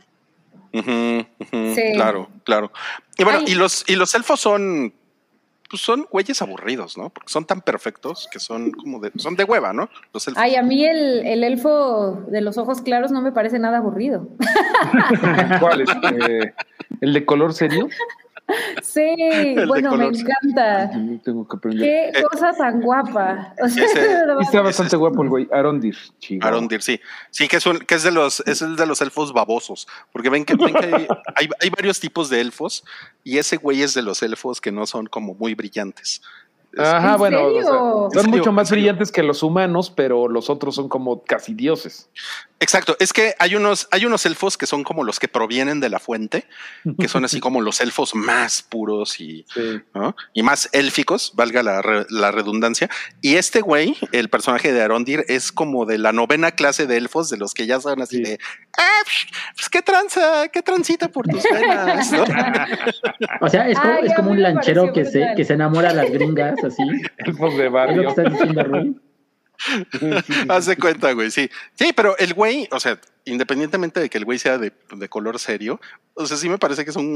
Sí. Claro. Y bueno, y los elfos son güeyes aburridos, ¿no? Porque son tan perfectos que son de hueva, ¿no? Los elfos. Ay, a mí el elfo de los ojos claros no me parece nada aburrido. ¿Cuál? ¿El de color serio? Sí, bueno, me encanta. Tengo que aprender. Qué cosa tan guapa. O sea, está bastante guapo el güey, Arondir. Arondir, sí. Sí, que es el de los elfos babosos. Porque ven que hay varios tipos de elfos y ese güey es de los elfos que no son como muy brillantes. Ajá, bueno, o sea, son mucho más brillantes que los humanos, pero los otros son como casi dioses. Exacto, es que hay unos elfos que son como los que provienen de la fuente, que son así como los elfos más puros y, sí, ¿no? Y más élficos, valga la redundancia. Y este güey, el personaje de Arondir, es como de la 9ª clase de elfos, de los que ya son así de, pues qué transita por tus venas, ¿no? O sea, es como un lanchero que se enamora a las gringas. Así. Elfos de barrio. ¿Es lo que estás diciendo, Rui? Haz de cuenta, güey, sí. Sí, pero el güey, o sea, independientemente de que el güey sea de color serio, o sea, sí me parece que es un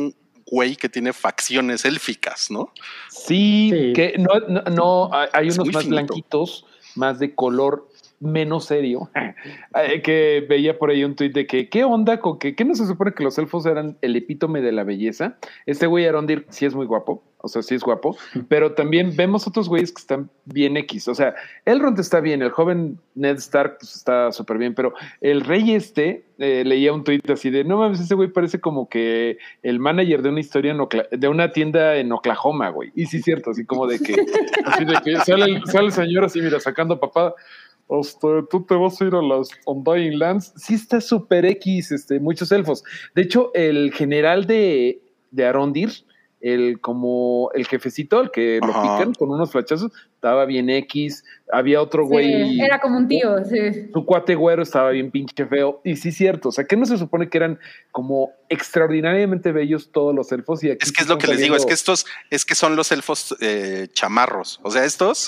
güey que tiene facciones élficas, ¿no? Sí, que no hay unos más finito. blanquitos, más de color menos serio, que veía por ahí un tuit de que, ¿qué onda con que no se supone que los elfos eran el epítome de la belleza? Este güey Arondir sí es muy guapo, o sea, sí es guapo, pero también vemos otros güeyes que están bien X, o sea, Elrond está bien, el joven Ned Stark pues está súper bien, pero el rey leía un tuit así de, no mames, ese güey parece como que el manager de una historia de una tienda en Oklahoma, güey, y sí es cierto, así como de que, sale el señor así, mira, sacando papada. Tú te vas a ir a las Undying Lands. Sí está súper X, muchos elfos. De hecho, el general de Arondir, como el jefecito, el que lo pican con unos flachazos, estaba bien X. Había otro güey. Sí, era como un tío, sí. Su cuate güero estaba bien pinche feo. Y sí, cierto. O sea, que no se supone que eran como extraordinariamente bellos todos los elfos. Y aquí es que es lo que les digo, es que son los elfos chamarros. O sea, estos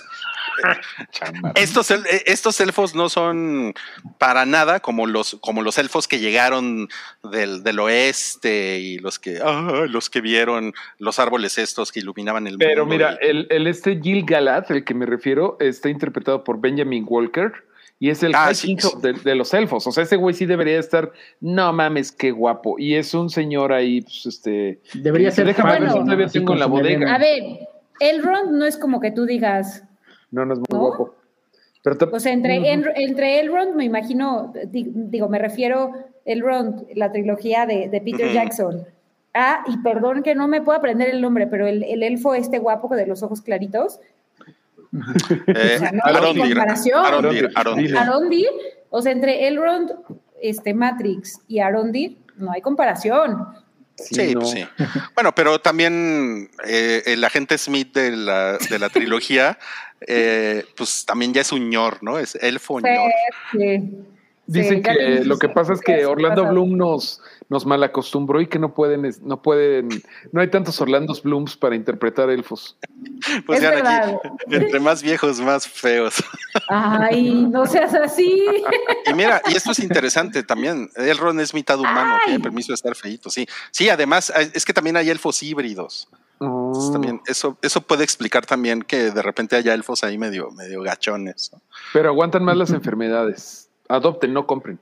elfos no son para nada como los elfos que llegaron del oeste y los que vieron los árboles estos que iluminaban el mundo. Pero mira, el Gil-galad, el que me refiero, está interpretado por Benjamin Walker y es el High King de los elfos. O sea, ese güey sí debería estar, no mames, qué guapo. Y es un señor ahí, pues debería ser. Todavía tengo en la bodega. A ver, Elrond no es como que tú digas. No es muy guapo. Pero o sea, entre Elrond, me imagino, me refiero Elrond, la trilogía de Peter Jackson. Y perdón que no me puedo aprender el nombre, pero el elfo guapo de los ojos claritos. O sea, no hay comparación. Arondir. O sea, entre Elrond, Matrix y Arondir, no hay comparación. Sí, no. Sí. Bueno, pero también el agente Smith de la trilogía, pues también ya es un ñor, ¿no? Es elfo ñor. Sí. Dicen que lo que pasa es que Orlando Bloom nos malacostumbró y que no hay tantos Orlando Blooms para interpretar elfos. Pues ya aquí, entre más viejos, más feos. Ay, no seas así. Y mira, y esto es interesante también. Elrond es mitad humano, tiene permiso de estar feíto, sí. Sí, además, es que también hay elfos híbridos. Entonces, también eso puede explicar también que de repente haya elfos ahí medio gachones, ¿no? Pero aguantan más las enfermedades. Adopten, no compren.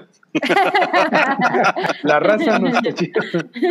La raza no está chida.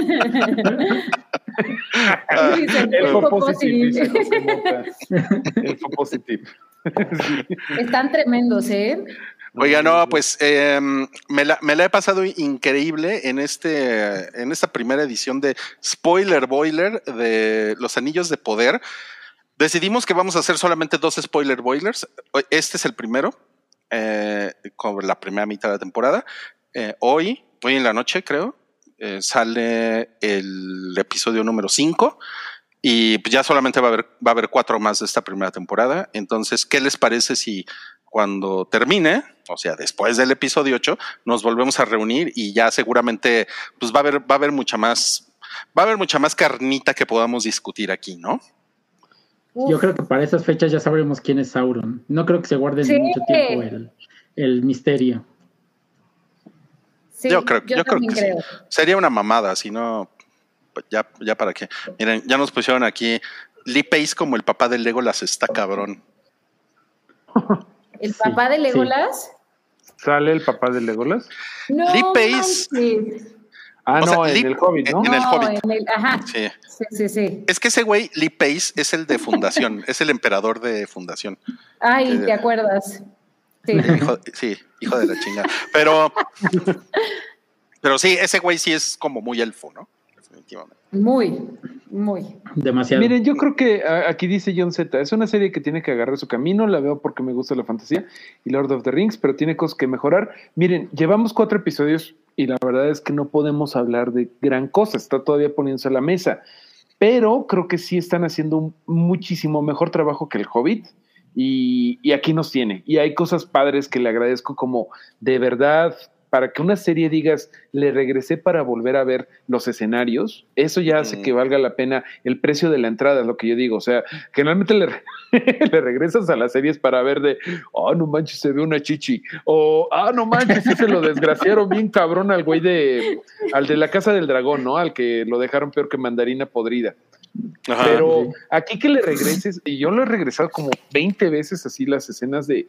El Fopositive. El Fopositive. Están tremendos, ¿eh? Oiga, no, pues me la he pasado increíble en esta primera edición de Spoiler Boiler de Los Anillos de Poder. Decidimos que vamos a hacer solamente 2 Spoiler Boilers. Este es el primero. Con la primera mitad de la temporada. Hoy en la noche, creo, sale el episodio número 5 y pues ya solamente va a haber 4 más de esta primera temporada. Entonces, ¿qué les parece si cuando termine, o sea, después del episodio 8, nos volvemos a reunir y ya seguramente pues va a haber mucha más carnita que podamos discutir aquí, ¿no? Yo creo que para esas fechas ya sabremos quién es Sauron. No creo que se guarde mucho tiempo el misterio. Sí, yo creo que sí. Sería una mamada, si no, ya para qué. Miren, ya nos pusieron aquí Lee Pace como el papá de Legolas, está cabrón. ¿El papá de Legolas? ¿Sale el papá de Legolas? No, Lee Pace. En el Hobbit, ¿no? En el Hobbit. Ajá. Sí. Es que ese güey, Lee Pace, es el de Fundación, es el emperador de Fundación. Ay, ¿te acuerdas? Sí. Hijo de la chingada. Pero sí, ese güey sí es como muy elfo, ¿no? Definitivamente. Muy. Demasiado. Miren, yo creo que aquí dice John Z, es una serie que tiene que agarrar su camino, la veo porque me gusta la fantasía y Lord of the Rings, pero tiene cosas que mejorar. Miren, llevamos 4 episodios y la verdad es que no podemos hablar de gran cosa, está todavía poniéndose a la mesa, pero creo que sí están haciendo un muchísimo mejor trabajo que el Hobbit y aquí nos tiene. Y hay cosas padres que le agradezco, como de verdad para que una serie digas, le regresé para volver a ver los escenarios, eso ya hace que valga la pena el precio de la entrada, es lo que yo digo. O sea, generalmente le regresas a las series para ver de, no manches, se ve una chichi, o, no manches, sí se lo desgraciaron bien cabrón al güey al de la Casa del Dragón, ¿no? Al que lo dejaron peor que mandarina podrida. Ajá, pero aquí que le regreses, y yo lo he regresado como 20 veces así las escenas de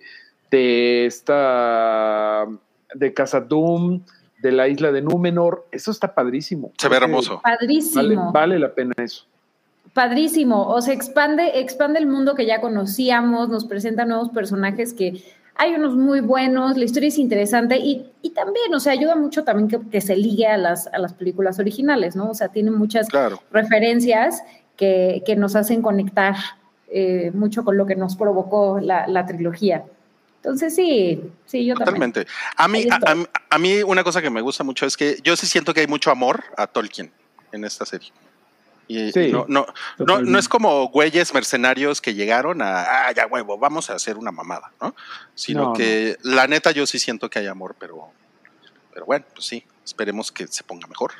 Casa Doom, de la isla de Númenor, eso está padrísimo. Se ve hermoso. Padrísimo. Vale la pena eso. Padrísimo, o sea, expande el mundo que ya conocíamos, nos presenta nuevos personajes que hay unos muy buenos, la historia es interesante y también, o sea, ayuda mucho también que se ligue a las películas originales, ¿no? O sea, tiene muchas referencias que nos hacen conectar mucho con lo que nos provocó la trilogía. Entonces sí, yo totalmente. También. A mí una cosa que me gusta mucho es que yo sí siento que hay mucho amor a Tolkien en esta serie. Y no es como güeyes mercenarios que llegaron ya huevo, vamos a hacer una mamada, ¿no? Sino que la neta yo sí siento que hay amor, pero bueno, pues sí, esperemos que se ponga mejor.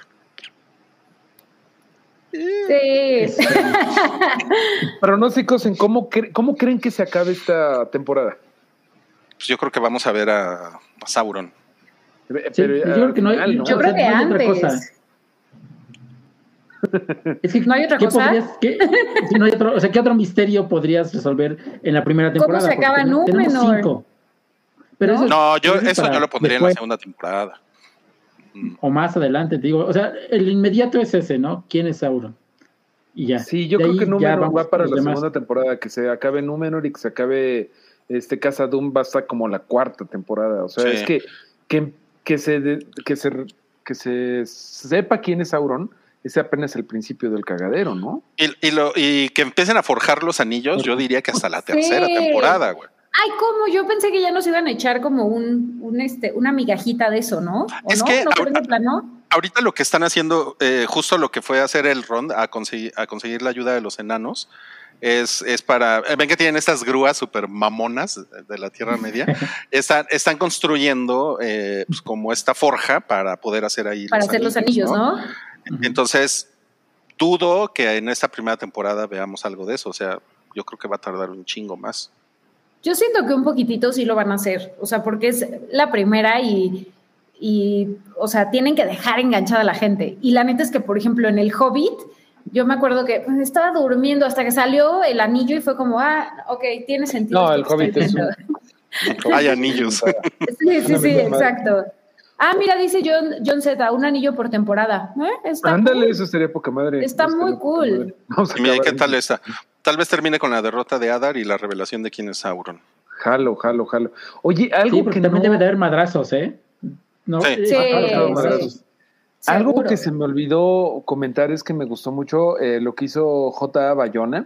Sí. Pronósticos en cómo creen que se acabe esta temporada. Pues yo creo que vamos a ver a Sauron. Pero yo creo que no hay, yo creo que antes. Otra cosa. Es que, ¿no hay otra cosa? ¿Qué otro misterio podrías resolver en la primera temporada? ¿Cómo se acaba Númenor? Pero yo lo pondría en la segunda temporada. O más adelante, te digo. O sea, el inmediato es ese, ¿no? ¿Quién es Sauron? Y ya. Sí, yo creo que Númenor va para la segunda temporada, que se acabe Númenor y que se acabe Casa Doom va hasta como la cuarta temporada. O sea, es que se sepa quién es Sauron. Ese apenas es el principio del cagadero, ¿no? Y que empiecen a forjar los anillos, yo diría que hasta la tercera temporada, güey. Ay, ¿cómo? Yo pensé que ya nos iban a echar como una migajita de eso, ¿no? Es que ahorita lo que están haciendo, justo lo que fue hacer el Ron a conseguir la ayuda de los enanos, es para, ven que tienen estas grúas súper mamonas de la Tierra Media, están construyendo pues como esta forja para poder hacer ahí para hacer los anillos, ¿no? Entonces, dudo que en esta primera temporada veamos algo de eso. O sea, yo creo que va a tardar un chingo más. Yo siento que un poquitito sí lo van a hacer. O sea, porque es la primera y o sea, tienen que dejar enganchada a la gente. Y la neta es que, por ejemplo, en El Hobbit, yo me acuerdo que estaba durmiendo hasta que salió el anillo y fue como, ok, tiene sentido. No, El Hobbit es hay anillos. Sí, exacto. Mira, dice John Z, un anillo por temporada. Ándale, cool. Eso sería poca madre. Está muy cool. Y mira, ¿qué tal esta? Tal vez termine con la derrota de Adar y la revelación de quién es Sauron. Jalo. Oye, algo que también debe de haber madrazos, ¿eh? ¿No? Sí. Algo que se me olvidó comentar es que me gustó mucho lo que hizo J.A. Bayona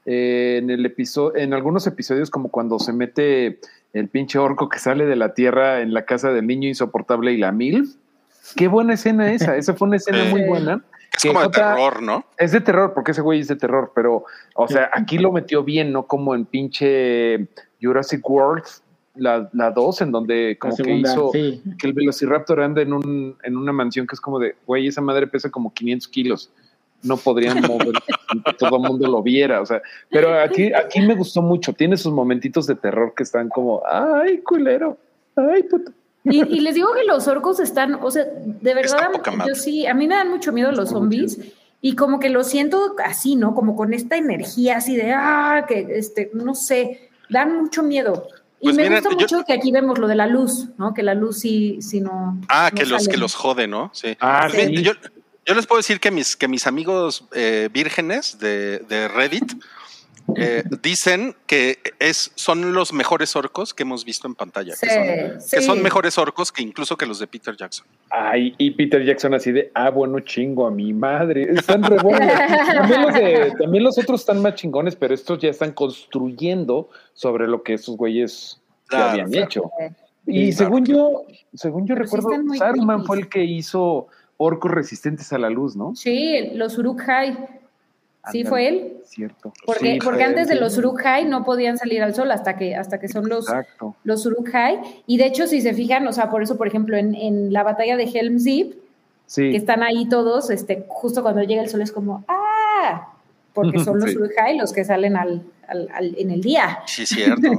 en algunos episodios, como cuando se mete el pinche orco que sale de la tierra en la casa del niño insoportable y la MILF. Qué buena escena esa fue una escena muy buena. Es como de terror, ¿no? Es de terror, porque ese güey es de terror, pero, o sea, aquí lo metió bien, ¿no? Como en pinche Jurassic World, la 2, en donde como que hizo que el Velociraptor anda en una mansión que es como de, güey, esa madre pesa como 500 kilos. No podrían mover, todo el mundo lo viera, o sea, pero aquí me gustó mucho, tiene sus momentitos de terror que están como, ay, culero, ay, puto. Y les digo que los orcos están, o sea, de verdad, yo sí, a mí me dan mucho miedo los zombies, y como que lo siento así, ¿no? Como con esta energía así de, que no sé, dan mucho miedo. Y pues me gusta mucho que aquí vemos lo de la luz, ¿no? Que la luz sí no. Que los jode, ¿no? Sí. Sí. Yo les puedo decir que mis amigos vírgenes de Reddit dicen que son los mejores orcos que hemos visto en pantalla. Sí, que son mejores orcos que incluso que los de Peter Jackson. Ay, y Peter Jackson así de, bueno, chingo a mi madre. Están re buenos. También los otros están más chingones, pero estos ya están construyendo sobre lo que esos güeyes habían hecho. Y según yo recuerdo, Saruman fue el que hizo orcos resistentes a la luz, ¿no? Sí, los Uruk-hai. Sí, fue él. Cierto. Porque antes de los Uruk-hai no podían salir al sol hasta que son los Uruk-hai. Y de hecho, si se fijan, o sea, por eso, por ejemplo, en la batalla de Helm's Deep, que están ahí todos, justo cuando llega el sol es como, ¡ah! Porque son los Uruk-hai los que salen en el día. Sí, cierto.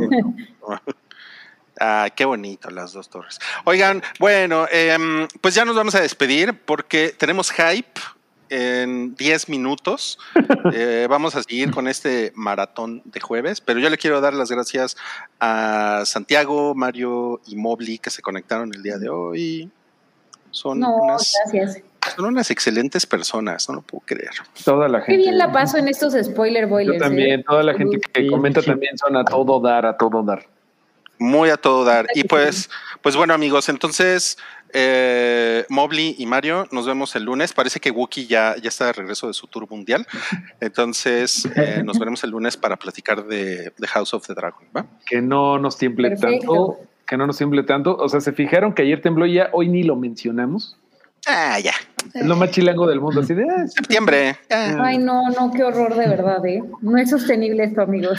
Qué bonito las dos torres. Oigan, bueno, pues ya nos vamos a despedir porque tenemos hype en 10 minutos. Vamos a seguir con este maratón de jueves, pero yo le quiero dar las gracias a Santiago, Mario y Mobley que se conectaron el día de hoy. Son unas excelentes personas, no lo puedo creer. Toda la gente. Qué bien la paso en estos spoiler boilers. Yo también, toda la gente que comenta también son a todo dar. Muy a todo dar. Y pues bueno, amigos, entonces Mobley y Mario, nos vemos el lunes. Parece que Wookie ya está de regreso de su tour mundial. Entonces nos veremos el lunes para platicar de House of the Dragon, ¿va? Que no nos tiemble tanto. O sea, ¿se fijaron que ayer tembló y ya hoy ni lo mencionamos? Ya. Es lo más chilango del mundo, así de septiembre. Ay, no, qué horror de verdad, No es sostenible esto, amigos.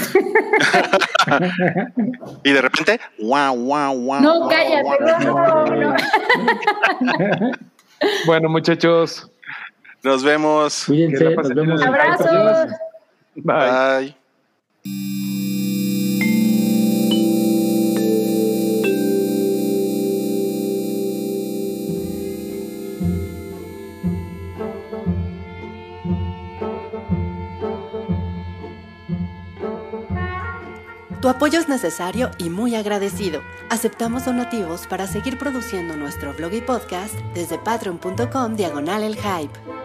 Y de repente, wow. No, cállate, no. Bueno, muchachos. Nos vemos. Cuídense, nos vemos. Abrazos. Bye. Tu apoyo es necesario y muy agradecido. Aceptamos donativos para seguir produciendo nuestro blog y podcast desde patreon.com/elhype.